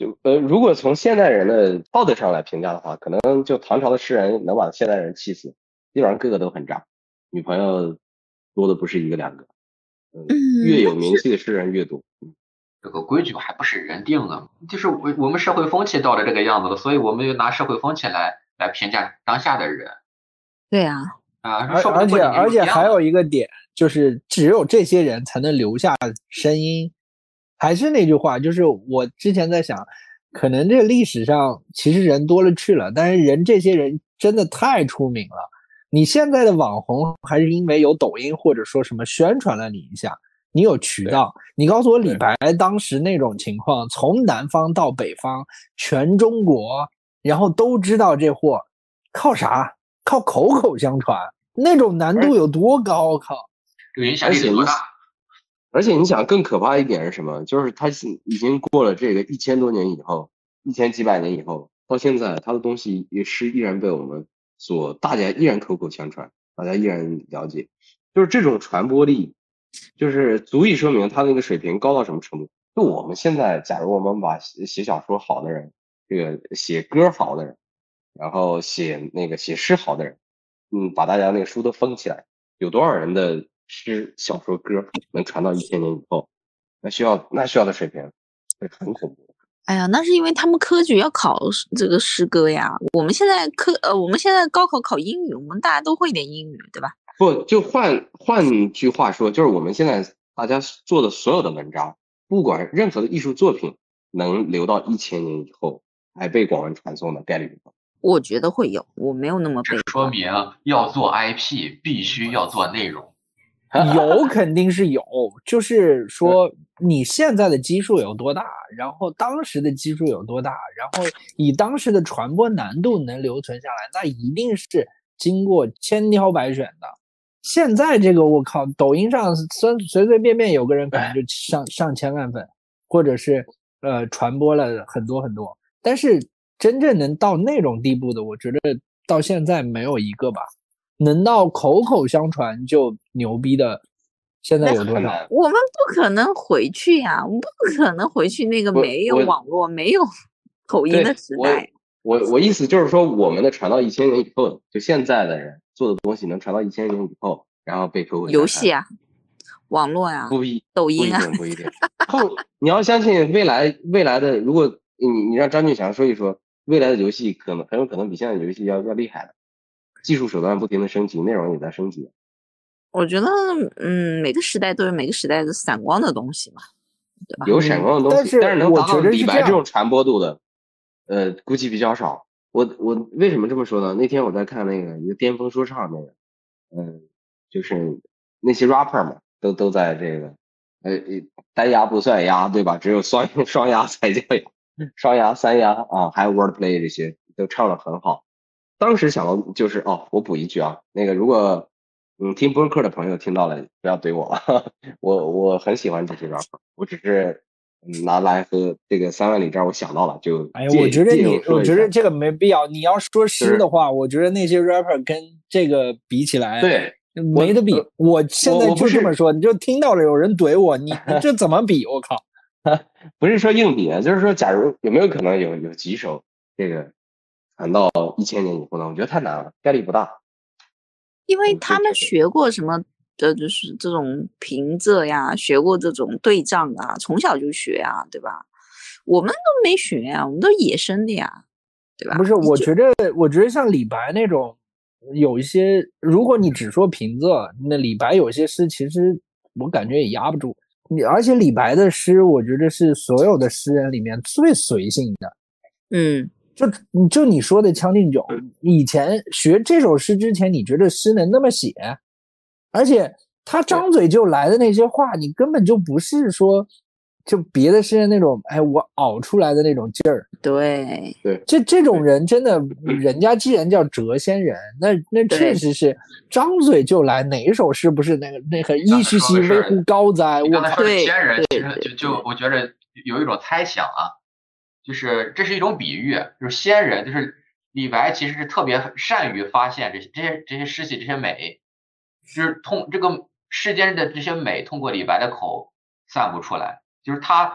就呃，如果从现代人的道德上来评价的话，可能就唐朝的诗人能把现代人气死，基本上个个都很渣，女朋友多的不是一个两个。嗯，越有名气的诗人越多。 这个规矩还不是人定的，就是我我们社会风气到了这个样子了，所以我们就拿社会风气来来评价当下的人。 对啊， 啊， 而而且而且还有一个点，就是只有这些人才能留下声音。还是那句话，就是我之前在想，可能这个历史上其实人多了去了，但是人这些人真的太出名了。你现在的网红还是因为有抖音或者说什么宣传了你一下，你有渠道。你告诉我李白当时那种情况，从南方到北方，全中国，然后都知道这货，靠啥？靠口口相传，那种难度有多高？靠， 这个影响力多大？ 而且你想更可怕一点是什么？就是他已经过了这个一千多年以后，一千几百年以后，到现在他的东西也是依然被我们所大家依然口口相传，大家依然了解，就是这种传播力，就是足以说明他那个水平高到什么程度。就我们现在，假如我们把写小说好的人，这个写歌好的人，然后写那个写诗好的人，嗯，把大家那个书都封起来，有多少人的诗、小说、歌能传到一千年以后？那需要那需要的水平会很恐怖。 哎呀，那是因为他们科举要考这个诗歌呀。我们现在科呃，我们现在高考考英语，我们大家都会点英语，对吧？ 不，就换换句话说，就是我们现在大家做的所有的文章，不管任何的艺术作品，能留到一千年以后还被广为传颂的概率不高。 我觉得会有，我没有那么悲观。 这说明要做 I P 必须要做内容。 有肯定是有，就是说你现在的基数有多大，然后当时的基数有多大，然后以当时的传播难度能留存下来，那一定是经过千挑百选的。现在这个我靠，抖音上随随随便便有个人可能就上上千万粉，或者是呃传播了很多很多，但是真正能到那种地步的，我觉得到现在没有一个吧。能到口口相传就牛逼的，现在有多少？ 我们不可能回去呀，我们不可能回去那个没有网络、没有口音的时代。 我我我意思就是说，我们的传到一千年以后，就现在的人做的东西能传到一千年以后，然后被口口相传。 游戏啊，网络呀、啊， 不一抖音啊， 不一定不一定。后你要相信未来未来的，如果你你让张俊祥说一说，未来的游戏可能很有可能比现在的游戏要要厉害的。技术手段不停的升级，内容也在升级。 我觉得，嗯，每个时代都有每个时代的闪光的东西嘛，对吧？ 有闪光的东西， 嗯、 但是能达到李白这种传播度的，呃，估计比较少。我我为什么这么说呢？那天我在看那个一个巅峰说唱那个，嗯，就是那些 rapper 嘛，都都在这个，呃，单押不算押，对吧？只有双双押才叫押，双押、三押啊，还有 wordplay 这些都唱得很好。当时想到就是哦，我补一句啊，那个如果嗯听播客的朋友听到了，不要怼我了，我我很喜欢这些 rapper， 我只是拿来和这个三万里这儿我想到了就。 哎呀，我觉得你，我觉得这个没必要。你要说诗的话，我觉得那些 rapper 跟这个比起来， 对， 没得比。我现在就这么说，你就听到了有人怼我，你这怎么比？我靠！ 不是说硬比，就是说，假如有没有可能有有几首这个。传到一千年以后呢，我觉得太难了，概率不大。 因为他们学过什么的，就是这种平仄呀，学过这种对仗啊，从小就学啊，对吧？我们都没学啊，我们都野生的呀，对吧？ 不是，我觉得，我觉得像李白那种，有一些，如果你只说平仄，那李白有些诗其实我感觉也压不住。你而且李白的诗，我觉得是所有的诗人里面最随性的。 嗯。 就就你说的《将进酒》，以前学这首诗之前，你觉得诗能那么写？而且他张嘴就来的那些话，你根本就不是说就别的诗人那种，哎，我熬出来的那种劲儿。 对对， 这这种人真的，人家既然叫谪仙人，那那确实是张嘴就来，哪一首诗不是那个那个一兮兮微乎高哉？ 我刚才说的仙人， 其实就就我觉得有一种猜想啊。就是这是一种比喻，就是仙人，就是李白其实是特别善于发现这些这些这些诗气这些美，就是通这个世间的这些美通过李白的口散布出来，就是他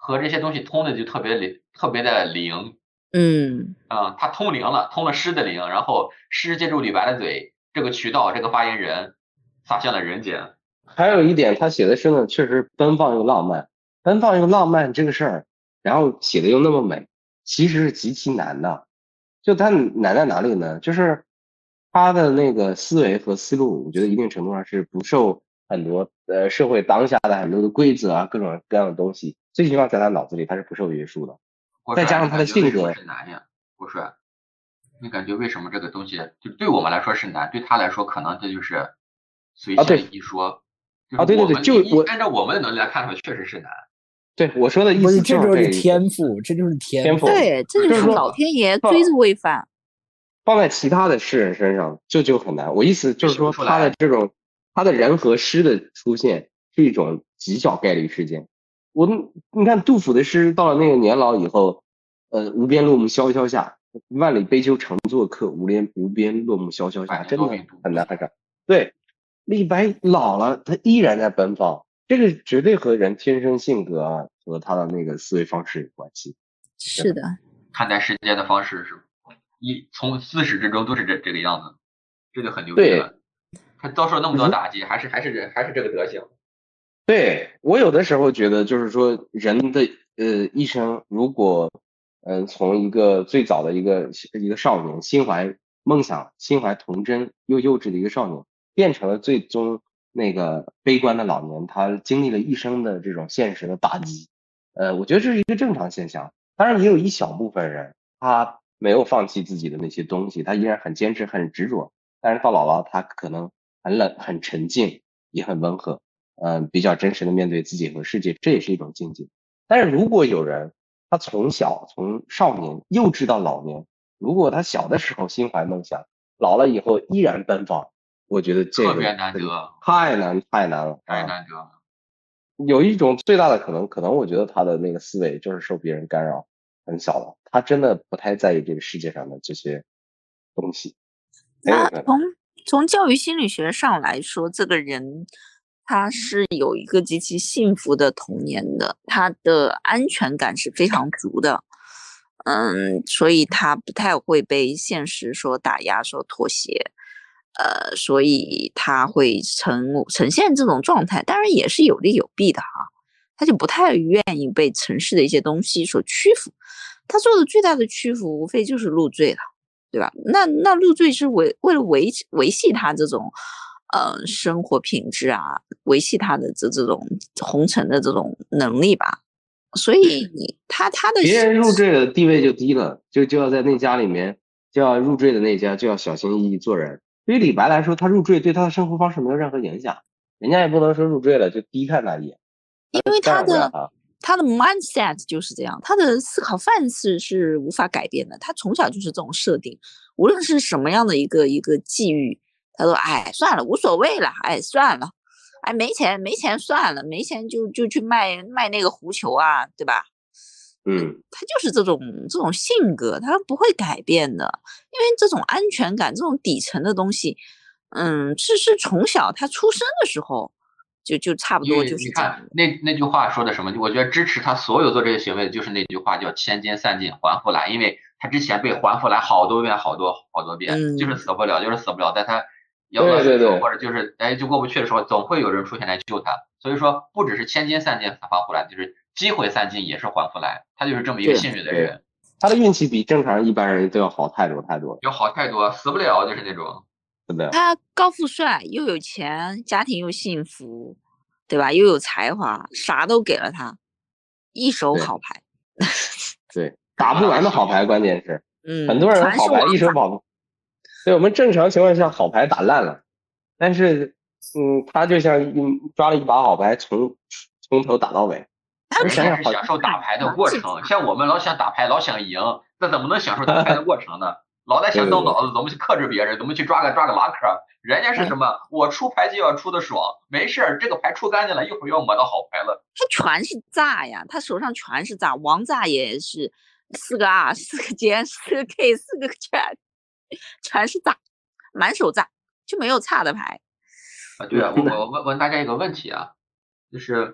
和这些东西通的就特别灵，特别的灵。 嗯嗯，他通灵了，通了诗的灵，然后诗借助李白的嘴，这个渠道，这个发言人洒向了人间。 还有一点，他写的诗呢，确实奔放又浪漫，奔放又浪漫这个事儿，然后写的又那么美，其实是极其难的。就他难在哪里呢？就是他的那个思维和思路，我觉得一定程度上是不受很多呃社会当下的很多的规则啊，各种各样的东西，最起码在他脑子里他是不受约束的。再加上他的性格是难呀，不是？你感觉为什么这个东西就对我们来说是难，对他来说可能这就是随性一说。 啊，对对对，就我按照我们的能力来看的话，确实是难。 对我说的意思就是这就是天赋，这就是天赋。 对，这就是老天爷追着喂饭。 放在其他的诗人身上，这就很难。我意思就是说，他的这种他的人和诗的出现是一种极小概率事件。我你看杜甫的诗，到了那个年老以后，呃，无边落木萧萧下，万里悲秋常作客，无边无边落木萧萧下，真的很难看。对，李白老了，他依然在奔放，这个绝对和人天生性格啊和他的那个思维方式有关系。 是的， 看待世界的方式是一从自始至终都是这这个样子，这就很牛逼了。他遭受那么多打击，还是还是还是这个德行。 对，我有的时候觉得，就是说人的呃一生，如果嗯、呃、从一个最早的一个一个少年，心怀梦想、心怀童真又幼稚的一个少年，变成了最终那个悲观的老年，他经历了一生的这种现实的打击。呃，我觉得这是一个正常现象。当然，也有一小部分人，他没有放弃自己的那些东西，他依然很坚持、很执着。但是到老了，他可能很冷、很沉静，也很温和。嗯、呃，比较真实的面对自己和世界，这也是一种境界。但是如果有人他从小从少年幼稚到老年，如果他小的时候心怀梦想，老了以后依然奔放，我觉得这个特别难得， 太难太难了， 太难得了。 有一种最大的可能，可能我觉得他的那个思维就是受别人干扰很小了，他真的不太在意这个世界上的这些东西。 那从从教育心理学上来说，这个人他是有一个极其幸福的童年的，他的安全感是非常足的，嗯，所以他不太会被现实所打压、所妥协，呃，所以他会呈呈现这种状态，当然也是有利有弊的哈，他就不太愿意被城市的一些东西所屈服，他做的最大的屈服无非就是入赘了。对吧？那那入赘是为为了维维系他这种呃生活品质啊，维系他的这这种红尘的这种能力吧。所以你他他的别人入赘的地位就低了，就就要在那家里面，就要入赘的那家就要小心翼翼做人。对于李白来说，他入赘对他的生活方式没有任何影响，人家也不能说入赘了就低看他一眼， 因为他的。他的 mindset 就是这样，他的思考范式是无法改变的。他从小就是这种设定，无论是什么样的一个一个际遇，他说：“哎，算了，无所谓了，哎，算了，哎，没钱没钱算了，没钱就就去卖卖那个狐球啊，对吧？” 嗯， 他就是这种这种性格，他不会改变的，因为这种安全感，这种底层的东西，嗯，是是从小他出生的时候。就就差不多就是这样。你看那那句话说的什么？我觉得支持他所有做这些行为的就是那句话，叫千金散尽还复来。因为他之前被还复来好多遍、好多好多遍， 嗯、 就是死不了，就是死不了。在他要饿死的时候，或者就是哎就过不去的时候，总会有人出现来救他。所以说，不只是千金散尽还复来，就是机会散尽也是还复来。他就是这么一个幸运的人。 他的运气比正常一般人都要好太多太多， 要好太多，死不了就是那种。 他高富帅，又有钱，家庭又幸福，对吧？又有才华，啥都给了他，一手好牌。 对，对打不完的好牌，关键是， 嗯， 很多人好牌一手好。对，我们正常情况下好牌打烂了，但是，嗯，他就像抓了一把好牌，从从头打到尾。 他想想享受打牌的过程，像我们老想打牌，老想赢，那怎么能享受打牌的过程呢？老在想动脑子，怎么去克制别人，怎么去抓个抓个拉克？人家是什么？我出牌就要出的爽，没事，这个牌出干净了，一会儿要摸到好牌了。 他全是炸呀，他手上全是炸，王炸也是四个 R， 四个尖，四个 K， 四个全，全是炸，满手炸，就没有差的牌。 啊，对啊，我我问问大家一个问题啊，就是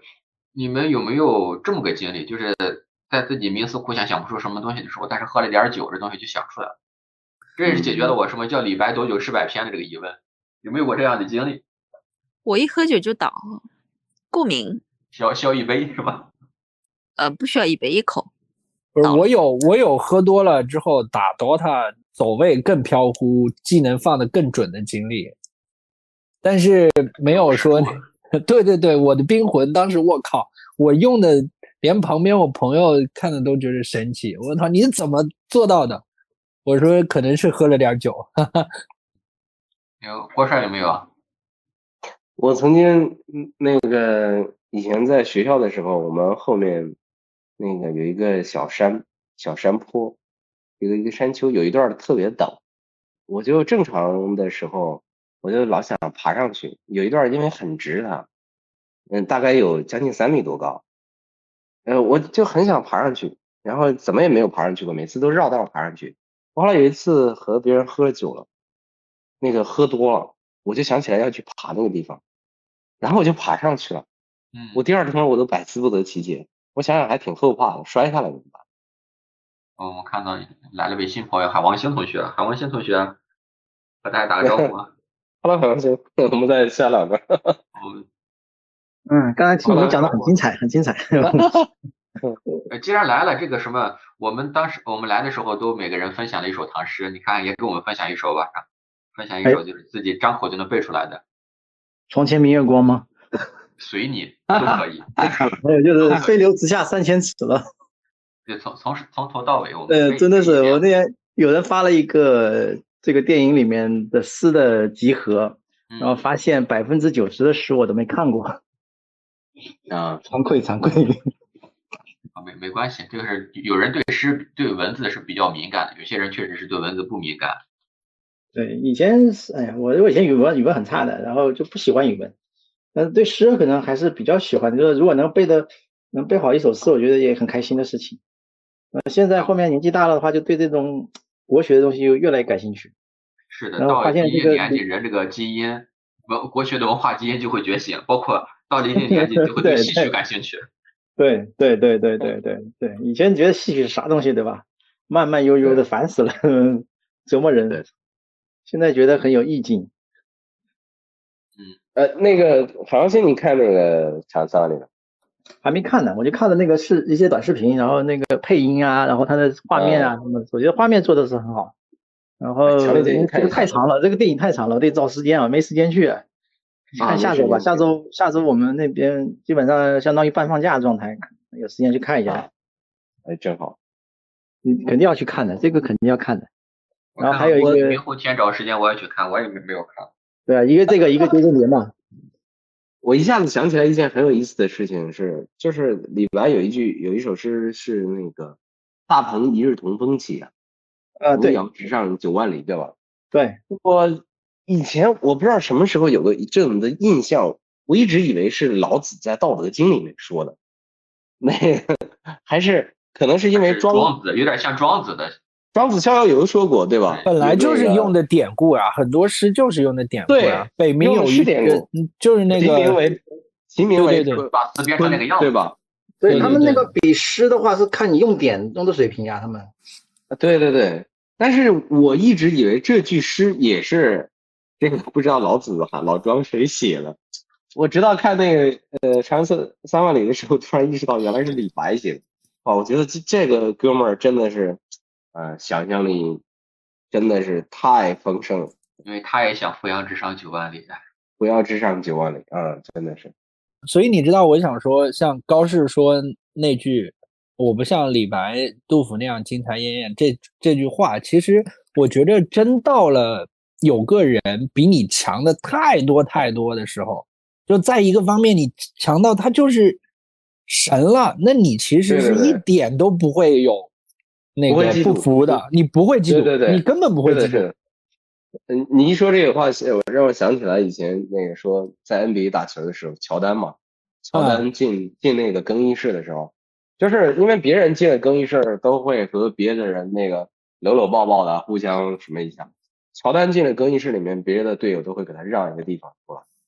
你们有没有这么个经历，就是在自己冥思苦想想不出什么东西的时候，但是喝了点酒，这东西就想出来了。这也是解决了我什么叫李白斗酒诗百篇的这个疑问。有没有过这样的经历？ 我一喝酒就倒，过敏。 消消一杯是吧？ 呃，不需要一杯，一口。 不是，我有我有喝多了之后打 D O T A 走位更飘忽，技能放得更准的经历，但是没有说，对对对，我的冰魂当时我靠，我用的连旁边我朋友看的都觉得神奇，我操，你怎么做到的？我说可能是喝了点酒。哈哈。 有郭帅有没有？ 我曾经那个以前在学校的时候，我们后面那个有一个小山小山坡，一个一个山丘，有一段特别陡，我就正常的时候我就老想爬上去，有一段因为很直它，嗯，大概有将近三米多高，呃，我就很想爬上去，然后怎么也没有爬上去过，每次都绕道爬上去。后来有一次和别人喝酒了，那个喝多了，我就想起来要去爬那个地方。然后我就爬上去了， 嗯， 我第二天我都百思不得其解，我想想还挺后怕的，摔下来怎么办？ 哦，我们看到来了位新朋友，海王星同学，海王星同学，和大家打个招呼啊。 Hello，海王星，我们在下两个。 嗯， 嗯，刚才听你们讲的很精彩，很精彩。 呃，既然来了，这个什么，我们当时我们来的时候都每个人分享了一首唐诗，你看也给我们分享一首吧，分享一首就是自己张口就能背出来的。 床前明月光吗？ 随你都可以。 还有就是飞流直下三千尺了。 对，从从从头到尾我们。 呃，真的是，我那天有人发了一个这个电影里面的诗的集合， 嗯、 然后发现百分之九十的诗我都没看过。 啊， 惭愧惭愧。 啊，没没关系，这个是有人对诗对文字是比较敏感的，有些人确实是对文字不敏感。 对，以前是，哎呀，我我以前语文语文很差的，然后就不喜欢语文，但是对诗可能还是比较喜欢，就是如果能背的能背好一首诗，我觉得也很开心的事情。呃，现在后面年纪大了的话，就对这种国学的东西又越来越感兴趣。 是的， 然后发现这个到一定年纪，人这个基因文国学的文化基因就会觉醒，包括到了一定年纪就会对戏曲感兴趣。 对对对对对对对，以前觉得戏曲是啥东西，对吧？慢慢悠悠的，烦死了，折磨人。现在觉得很有意境。 嗯， 呃，那个海王星，你看那个长桑里了？ 还没看呢，我就看了那个是一些短视频，然后那个配音啊，然后它的画面啊什么，我觉得画面做的是很好。然后这个太长了，这个电影太长了，得找时间啊，没时间去。看下周吧，下周下周我们那边基本上相当于半放假状态，有时间去看一下。 哎，正好， 你肯定要去看的，这个肯定要看的。然后还有一个明后天找时间我也去看，我也没没有看。 对啊，一个这个一个丢丢年嘛。 我一下子想起来一件很有意思的事情是，就是李白有一句有一首诗是那个“大鹏一日同风起”啊， 啊对， 遥直上九万里，对吧？ 对， 我以前我不知道什么时候有个这种的印象，我一直以为是老子在《道德经》里面说的，那个还是可能是因为庄庄子有点像庄子的。 庄子逍遥游说过，对吧？ 本来就是用的典故啊，很多诗就是用的典故啊。北冥有一典故， 就是那个其名为其名为对对把词编成那个样子， 对吧？ 所以他们那个比诗的话是看你用典用的水平呀，他们。 对对对，但是我一直以为这句诗也是这个不知道老子哈老庄谁写的，我直到看那个呃长安三万里的时候，突然意识到原来是李白写的。哦，我觉得这这个哥们儿真的是。呃，想象力真的是太丰盛了， 因为他也想扶摇直上九万里， 扶摇直上九万里啊、嗯，真的是。 所以你知道，我想说，像高适说那句“我不像李白、杜甫那样金才艳艳”这这句话，其实我觉得真到了有个人比你强的太多太多的时候，就在一个方面你强到他就是神了，那你其实是一点都不会有。那个不服的，你不会嫉妒， 对对对， 你根本不会嫉妒。 嗯，你一说这个话，我让我想起来以前那个说在 N B A 打球的时候，乔丹嘛，乔丹进、嗯、进那个更衣室的时候，就是因为别人进了更衣室都会和别的人那个搂搂抱抱的，互相什么一下。乔丹进了更衣室里面，别的队友都会给他让一个地方出来。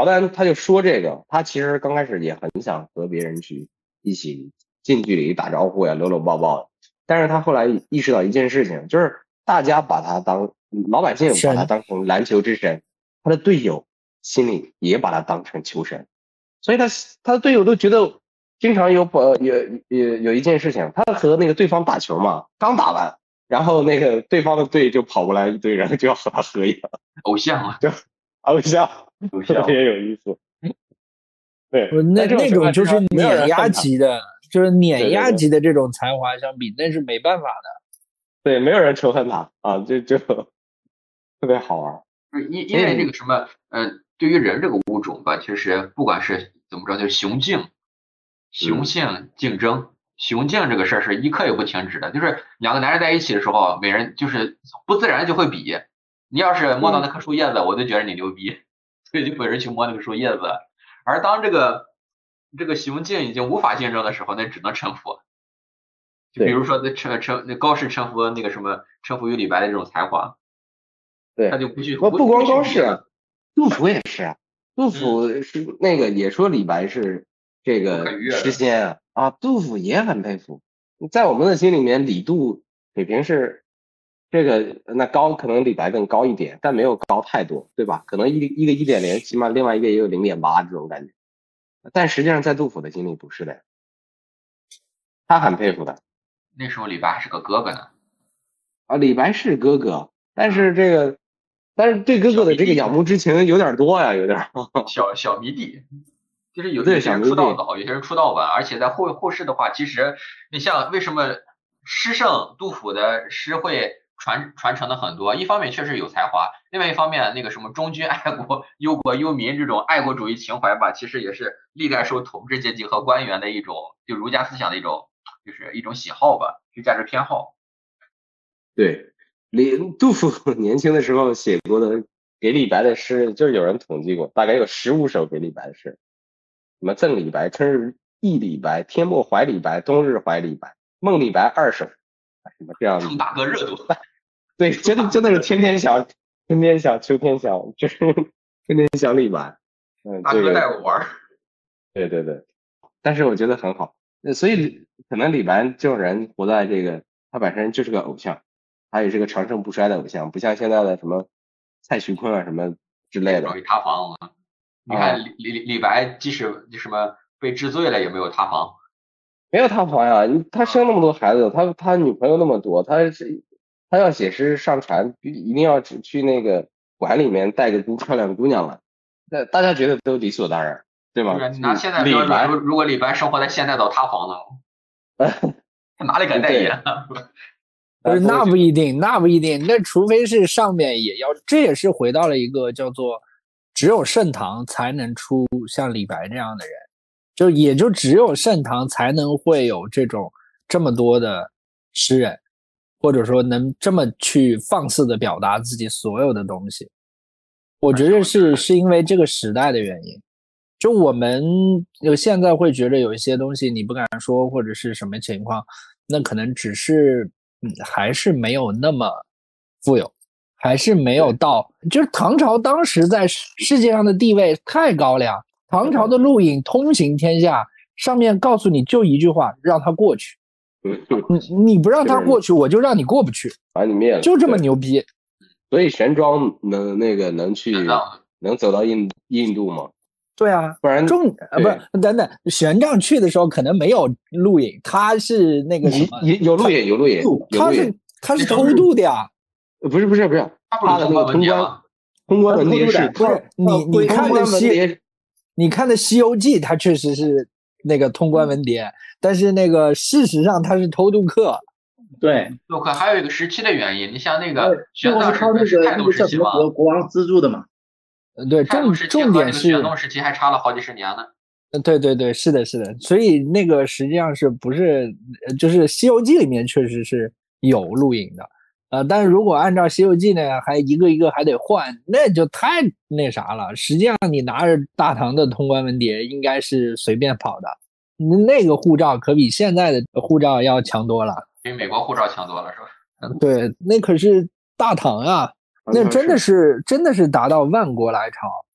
乔丹他就说这个，他其实刚开始也很想和别人去一起近距离打招呼呀，搂搂抱抱的，但是他后来意识到一件事情，就是大家把他当老百姓把他当成篮球之神，他的队友心里也把他当成球神，所以他他的队友都觉得经常有有有有一件事情，他和那个对方打球嘛，刚打完，然后那个对方的队就跑过来一堆人就要和他合影， 偶像啊， 就偶像， 偶像特别有意思。对， 那那种就是碾压级的，就是碾压级的这种才华相比，那是没办法的。 对，没有人仇恨他啊，就就特别好玩。 因因为这个什么，呃，对于人这个物种吧，其实不管是怎么着，就是雄竞、雄性竞争、嗯、雄竞这个事儿是一刻也不停止的。就是两个男人在一起的时候，每人就是不自然就会比。你要是摸到那棵树叶子，我就觉得你牛逼，所以就有人去摸那个树叶子。而当这个这个雄竞已经无法竞争的时候，那只能臣服。就比如说那臣臣那高适臣服那个什么臣服于李白的这种才华， 对， 他就不去。 不不光高适啊，杜甫也是啊，杜甫是那个也说李白是这个诗仙啊啊，杜甫也很佩服。在我们的心里面，李杜水平是这个那高，可能李白更高一点，但没有高太多，对吧？可能一一个一点零，起码另外一个也有零点八这种感觉。但实际上在杜甫的心里不是的，他很佩服的。 那时候李白还是个哥哥呢。 啊，李白是哥哥，但是这个，但是对哥哥的这个仰慕之情有点多呀，有点小小迷弟。就是有些人出道早，有些人出道晚，而且在后后世的话，其实你像为什么诗圣杜甫的诗会传传承的很多，一方面确实有才华，另外一方面那个什么忠君爱国、忧国忧民这种爱国主义情怀吧，其实也是历代受统治阶级和官员的一种就儒家思想的一种就是一种喜好吧，就价值偏好。 对，李杜甫年轻的时候写过的给李白的诗，就是有人统计过，大概有十五首给李白的诗，什么赠李白、春日忆李白、天末怀李白、冬日怀李白、梦李白二首，什么这样的。 打个热度。 对，真的真的是天天想，天天想，秋天想，就是天天想李白。嗯， 大哥带我玩。 对对对，但是我觉得很好，所以可能李白这种人活在这个，他本身就是个偶像。他也是个长盛不衰的偶像，不像现在的什么蔡徐坤啊什么之类的。 容易塌房啊！你看李李李白，即使什么被治罪了，也没有塌房。 没有塌房呀！他生那么多孩子，他他女朋友那么多，他是他要写诗上船，一定要只去那个馆里面带个漂亮姑娘来，那大家觉得都理所当然，对吗？ 你拿现在标准，如如果李白生活在现代，早塌房了。他哪里敢代言？ 不是，那不一定，那不一定，那除非是上面也要，这也是回到了一个叫做只有盛唐才能出像李白这样的人，就也就只有盛唐才能会有这种这么多的诗人，或者说能这么去放肆的表达自己所有的东西。我觉得是是因为这个时代的原因，就我们现在会觉得有一些东西你不敢说或者是什么情况，那可能只是嗯，还是没有那么富有，还是没有到，就是唐朝当时在世界上的地位太高了呀。唐朝的录影通行天下，上面告诉你就一句话，让他过去。你你不让他过去，我就让你过不去， 把你灭了， 就这么牛逼。 所以神庄能那个能去能走到印印度吗？ 对啊， 不然重啊不是等等，玄奘去的时候可能没有录影，他是那个什么有有录影有录影， 他是他是偷渡的呀， 不是不是不是，他的那个通关通关文牒是不是你你看的西你看的《西游记》，他确实是那个通关文牒，但是那个事实上他是偷渡客。 对， 偷渡客还有一个时期的原因，你像那个玄奘靠那个开那个叫什么国国王资助的嘛。 对，重重点是玄宗时期还差了好几十年呢。 对对对，是的，是的，所以那个实际上是不是就是《西游记》里面确实是有录影的，呃，但是如果按照《西游记》呢，还一个一个还得换，那就太那啥了。实际上你拿着大唐的通关文牒，应该是随便跑的，那个护照可比现在的护照要强多了， 比美国护照强多了，是吧？ 嗯，对，那可是大唐啊。那真的是真的是达到万国来朝，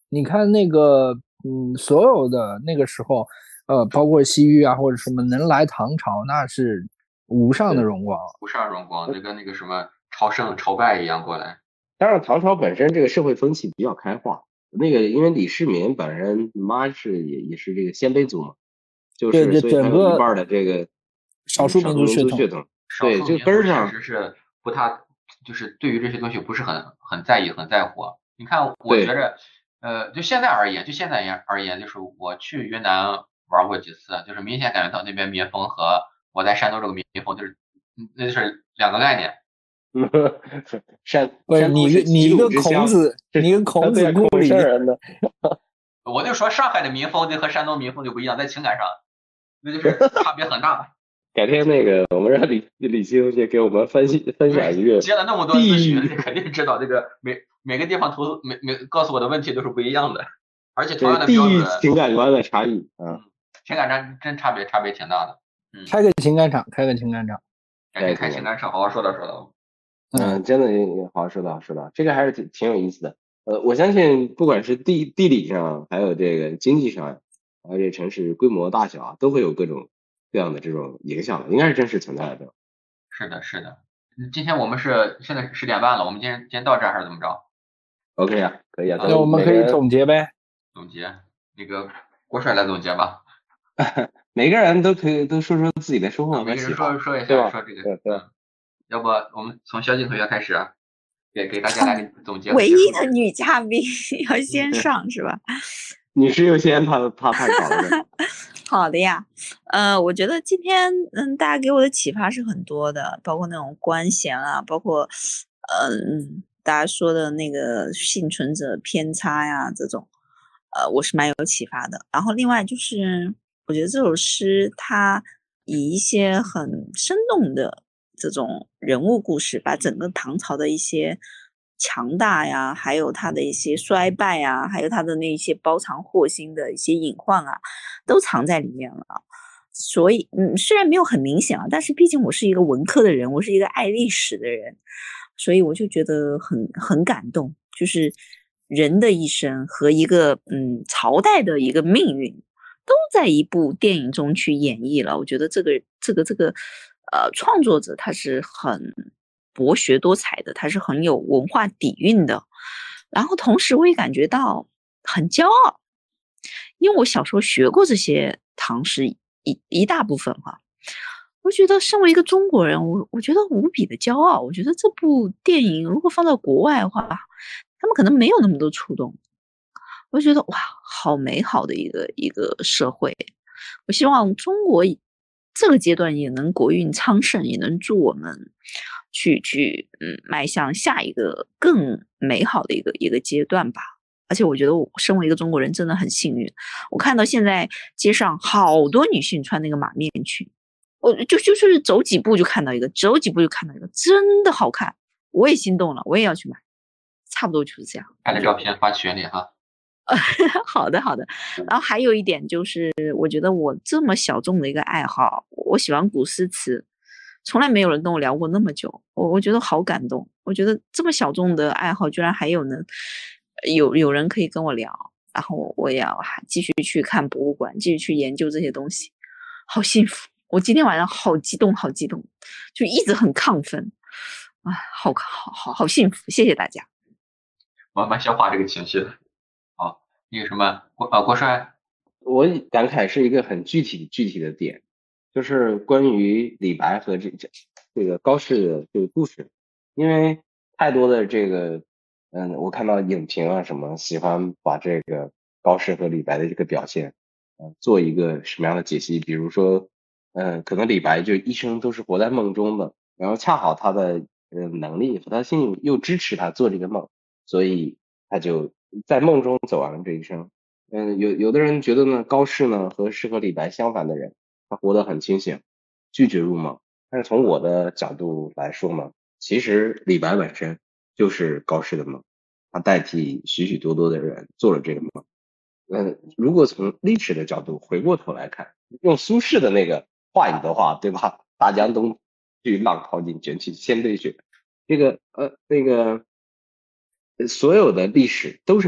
你看那个，嗯，所有的那个时候，呃，包括西域啊或者什么，能来唐朝那是无上的荣光， 无上荣光，就跟那个什么朝圣朝拜一样过来。 当然，唐朝本身这个社会风气比较开化，那个因为李世民本人妈是也也是这个鲜卑族嘛，就是所以他有一半的这个少数民族血统， 统，对，就根儿上确实是不太，就是对于这些东西不是很很在意、很在乎。你看，我觉着，呃，就现在而言，就现在而言，就是我去云南玩过几次，就是明显感觉到那边民风和我在山东这个民风，就是那就是两个概念。 山不是你你跟孔子，你跟孔子故里人的， 我就说上海的民风就和山东民风就不一样，在情感上，那就是差别很大。 改天那个我们让李李青去给我们分析分享一个， 接了那么多咨询，你肯定知道这个每每个地方投每每告诉我的问题都是不一样的，而且同样的标准， 情感观的差异，嗯， 情感上真差别差别挺大的。嗯， 开个情感场，开个情感场， 改天开情感场，好好说道说道。 嗯，真的也好好说道说道，这个还是挺挺有意思的。呃，我相信不管是地地理上，还有这个经济上，还有这城市规模大小啊，都会有各种各样的这种影响，应该是真实存在的。 是的，是的。今天我们是现在十点半了，我们今天今天到这儿还是怎么着 ？OK 啊，可以啊。 那我们可以总结呗。 总结，那个国帅来总结吧。 每个人都可以都说说自己的收获， 每个人说说一下， 说这个，对对。要不我们从小景同学开始，给给大家来个总结。 唯一的女嘉宾要先上是吧？ 女士优先，他他太早了。 好的呀，呃，我觉得今天嗯，大家给我的启发是很多的，包括那种官衔啊，包括嗯，大家说的那个幸存者偏差呀这种，呃，我是蛮有启发的。然后另外就是，我觉得这首诗它以一些很生动的这种人物故事，把整个唐朝的一些强大呀，还有它的一些衰败啊，还有它的那些包藏祸心的一些隐患啊，都藏在里面了。所以，嗯，虽然没有很明显啊，但是毕竟我是一个文科的人，我是一个爱历史的人，所以我就觉得很很感动，就是人的一生和一个嗯朝代的一个命运，都在一部电影中去演绎了。我觉得这个这个这个呃创作者他是很博学多彩的，他是很有文化底蕴的，然后同时我也感觉到很骄傲，因为我小时候学过这些唐诗一一大部分哈，我觉得身为一个中国人，我我觉得无比的骄傲。我觉得这部电影如果放到国外的话，他们可能没有那么多触动。我觉得哇，好美好的一个一个社会。我希望中国这个阶段也能国运昌盛，也能助我们去去嗯迈向下一个更美好的一个一个阶段吧。而且我觉得我身为一个中国人真的很幸运，我看到现在街上好多女性穿那个马面裙，我就就是走几步就看到一个，走几步就看到一个，真的好看，我也心动了，我也要去买，差不多就是这样。 拍的照片发群里哈。 好的好的。然后还有一点就是，我觉得我这么小众的一个爱好，我喜欢古诗词，从来没有人跟我聊过那么久，我我觉得好感动。我觉得这么小众的爱好，居然还有呢。有有人可以跟我聊，然后我也要继续去看博物馆，继续去研究这些东西，好幸福！我今天晚上好激动，好激动，就一直很亢奋，啊，好好好好幸福！谢谢大家。 慢慢消化这个情绪。好，那个什么郭呃郭帅， 我感慨是一个很具体具体的点，就是关于李白和这这这个高适的这个故事，因为太多的这个。嗯，我看到影评啊什么，喜欢把这个高适和李白的这个表现，嗯、呃，做一个什么样的解析？比如说，嗯、呃，可能李白就一生都是活在梦中的，然后恰好他的呃能力和他心里又支持他做这个梦，所以他就在梦中走完了这一生。嗯、呃，有有的人觉得呢，高适呢和适合李白相反的人，他活得很清醒，拒绝入梦。但是从我的角度来说呢，其实李白本身就是高适的梦，他代替许许多多的人做了这个梦。嗯，如果从历史的角度回过头来看，用苏轼的那个话语的话，对吧？大江东去，浪淘尽，卷起千堆雪。这个呃，那个所有的历史都是梦，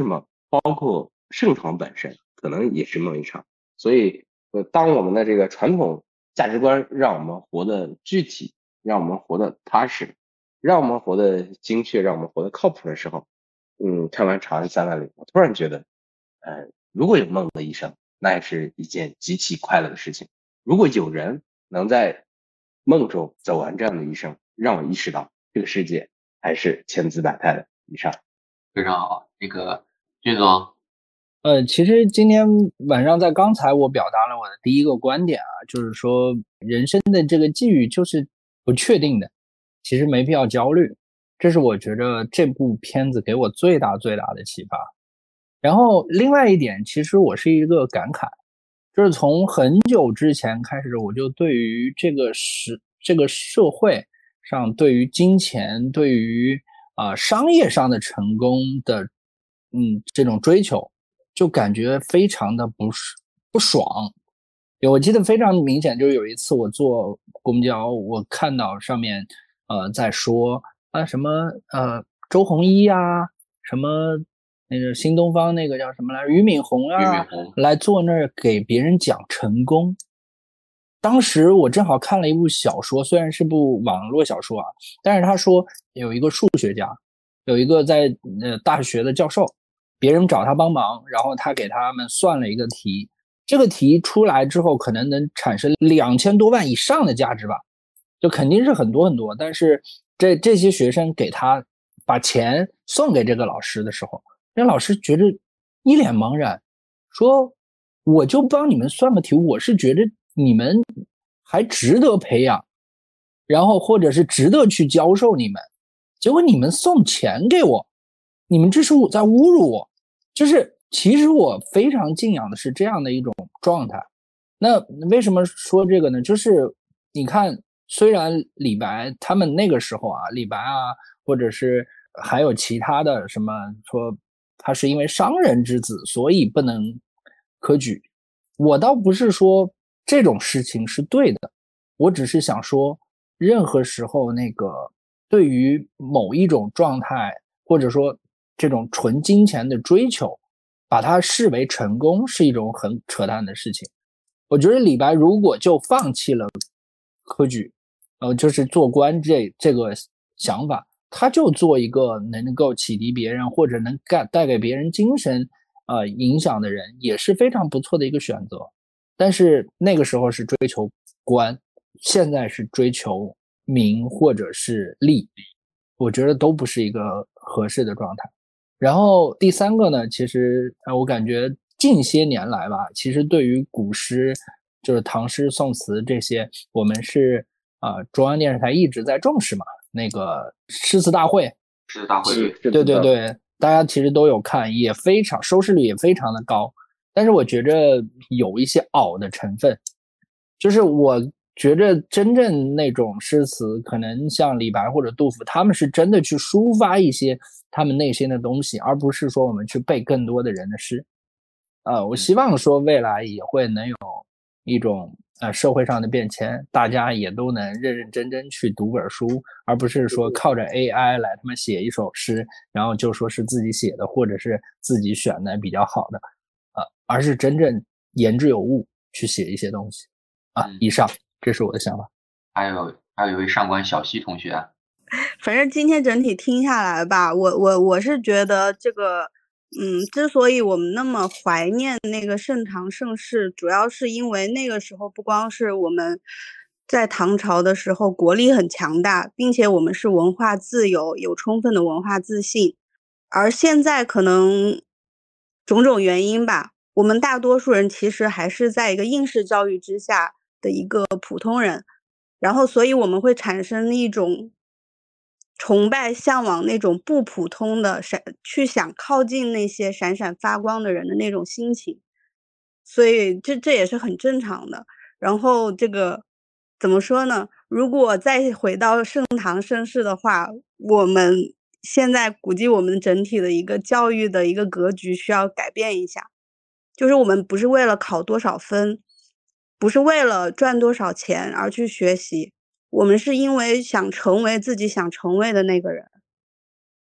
包括盛唐本身可能也是梦一场。所以呃，当我们的这个传统价值观让我们活得具体，让我们活得踏实，让我们活得精确，让我们活得靠谱的时候，嗯，看完《长安三万里》，我突然觉得，呃，如果有梦的一生，那也是一件极其快乐的事情。如果有人能在梦中走完这样的一生，让我意识到这个世界还是千姿百态的。以上。 非常好，那个俊总。 呃，其实今天晚上在刚才我表达了我的第一个观点啊，就是说人生的这个际遇就是不确定的，其实没必要焦虑，这是我觉得这部片子给我最大最大的启发。然后另外一点，其实我是一个感慨，就是从很久之前开始，我就对于这个时这个社会上，对于金钱，对于啊、呃、商业上的成功的嗯这种追求，就感觉非常的不不爽。我记得非常明显，就是有一次我坐公交，我看到上面呃在说啊什么呃周鸿祎啊，什么那个新东方那个叫什么来俞敏洪啊， 俞敏洪来坐那儿给别人讲成功。当时我正好看了一部小说，虽然是部网络小说啊，但是他说有一个数学家，有一个在呃大学的教授，别人找他帮忙，然后他给他们算了一个题，这个题出来之后可能能产生两千多万以上的价值吧，就肯定是很多很多。但是这这些学生给他把钱送给这个老师的时候，那老师觉得一脸茫然，说我就帮你们算个题，我是觉得你们还值得培养，然后或者是值得去教授你们，结果你们送钱给我，你们这是在侮辱我。就是其实我非常敬仰的是这样的一种状态。那为什么说这个呢？就是你看，虽然李白他们那个时候啊，李白啊，或者是还有其他的什么说他是因为商人之子，所以不能科举。我倒不是说这种事情是对的，我只是想说，任何时候那个对于某一种状态，或者说这种纯金钱的追求，把它视为成功，是一种很扯淡的事情。我觉得李白如果就放弃了科举，呃，就是做官这这个想法，他就做一个能够启迪别人或者能干带给别人精神呃影响的人，也是非常不错的一个选择。但是那个时候是追求官，现在是追求名或者是利，我觉得都不是一个合适的状态。然后第三个呢，其实呃我感觉近些年来吧，其实对于古诗，就是唐诗宋词这些，我们是啊、呃、中央电视台一直在重视嘛。那个诗词大会， 诗词大会对对对对，大家其实都有看，也非常收视率也非常的高。但是我觉着有一些拗的成分，就是我觉着真正那种诗词，可能像李白或者杜甫，他们是真的去抒发一些他们内心的东西，而不是说我们去背更多的人的诗。呃，我希望说未来也会能有一种呃社会上的变迁，大家也都能认认真真去读本书，而不是说靠着 A I 来他们写一首诗，然后就说是自己写的或者是自己选的比较好的，呃，而是真正言之有物去写一些东西啊。以上这是我的想法。 还有还有一位上官小溪同学， 反正今天整体听下来吧，我我我是觉得这个。嗯，之所以我们那么怀念那个盛唐盛世，主要是因为那个时候不光是我们在唐朝的时候国力很强大，并且我们是文化自由，有充分的文化自信。而现在可能种种原因吧，我们大多数人其实还是在一个应试教育之下的一个普通人，然后所以我们会产生一种崇拜向往那种不普通的闪，去想靠近那些闪闪发光的人的那种心情，所以这这也是很正常的。然后这个怎么说呢？如果再回到盛唐盛世的话，我们现在估计我们整体的一个教育的一个格局需要改变一下，就是我们不是为了考多少分，不是为了赚多少钱而去学习。我们是因为想成为自己想成为的那个人，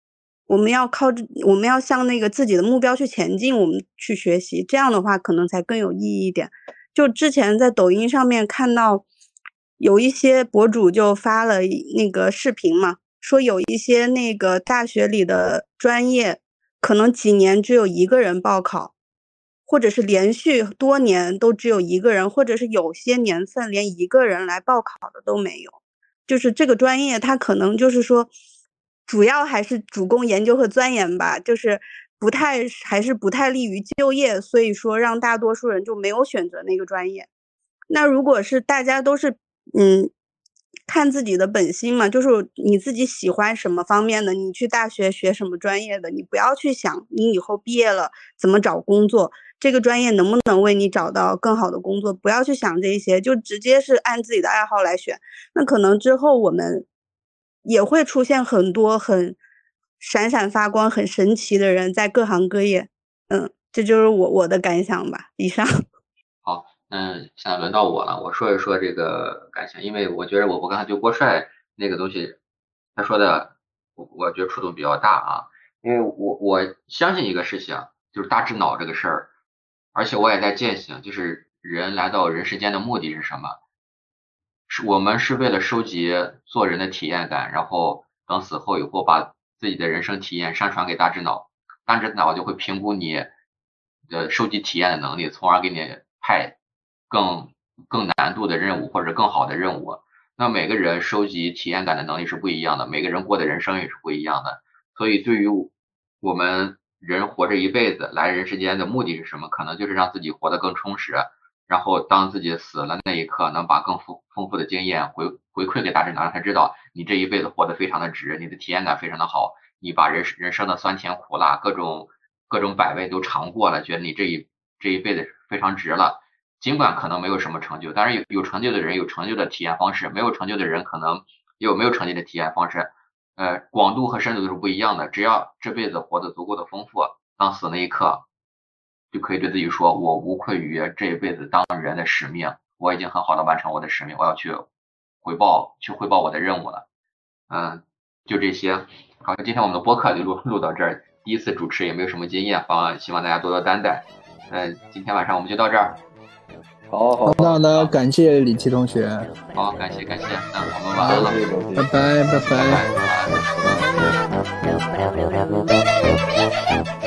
我们要靠我们要向那个自己的目标去前进，我们去学习，这样的话可能才更有意义一点。就之前在抖音上面看到有一些博主就发了那个视频嘛，说有一些那个大学里的专业可能几年只有一个人报考，或者是连续多年都只有一个人，或者是有些年份连一个人来报考的都没有。就是这个专业它可能就是说主要还是主攻研究和钻研吧，就是不太还是不太利于就业，所以说让大多数人就没有选择那个专业。那如果是大家都是嗯看自己的本心嘛，就是你自己喜欢什么方面的，你去大学学什么专业的，你不要去想你以后毕业了怎么找工作，这个专业能不能为你找到更好的工作，不要去想这些，就直接是按自己的爱好来选。那可能之后我们也会出现很多很闪闪发光很神奇的人在各行各业。嗯，这就是我我的感想吧。以上。 好，嗯，现在轮到我了，我说一说这个感想，因为我觉得我我刚才对郭帅那个东西他说的我我觉得触动比较大啊，因为我我相信一个事情，就是大智脑这个事儿，而且我也在践行，就是人来到人世间的目的是什么？是我们是为了收集做人的体验感，然后等死后以后把自己的人生体验上传给大智脑，大智脑就会评估你的收集体验的能力，从而给你派更更难度的任务或者更好的任务。那每个人收集体验感的能力是不一样的，每个人过的人生也是不一样的，所以对于我们人活这一辈子来人世间的目的是什么？可能就是让自己活得更充实，然后当自己死了那一刻，能把更丰丰富的经验回回馈给大智脑，让他知道你这一辈子活得非常的值，你的体验感非常的好，你把人人生的酸甜苦辣各种各种百味都尝过了，觉得你这一这一辈子非常值了。尽管可能没有什么成就，当然有有成就的人有成就的体验方式，没有成就的人可能也有没有成就的体验方式，呃，广度和深度都是不一样的。只要这辈子活得足够的丰富，当死那一刻，就可以对自己说，我无愧于这一辈子当人的使命，我已经很好的完成我的使命，我要去回报去汇报我的任务了。嗯，就这些。好，今天我们的播客就录录到这儿，第一次主持也没有什么经验，啊，希望大家多多担待。嗯，今天晚上我们就到这儿。 好好， 那那感谢李琦同学。 好，感谢感谢，那我们晚安了， 拜拜拜拜。 拜拜。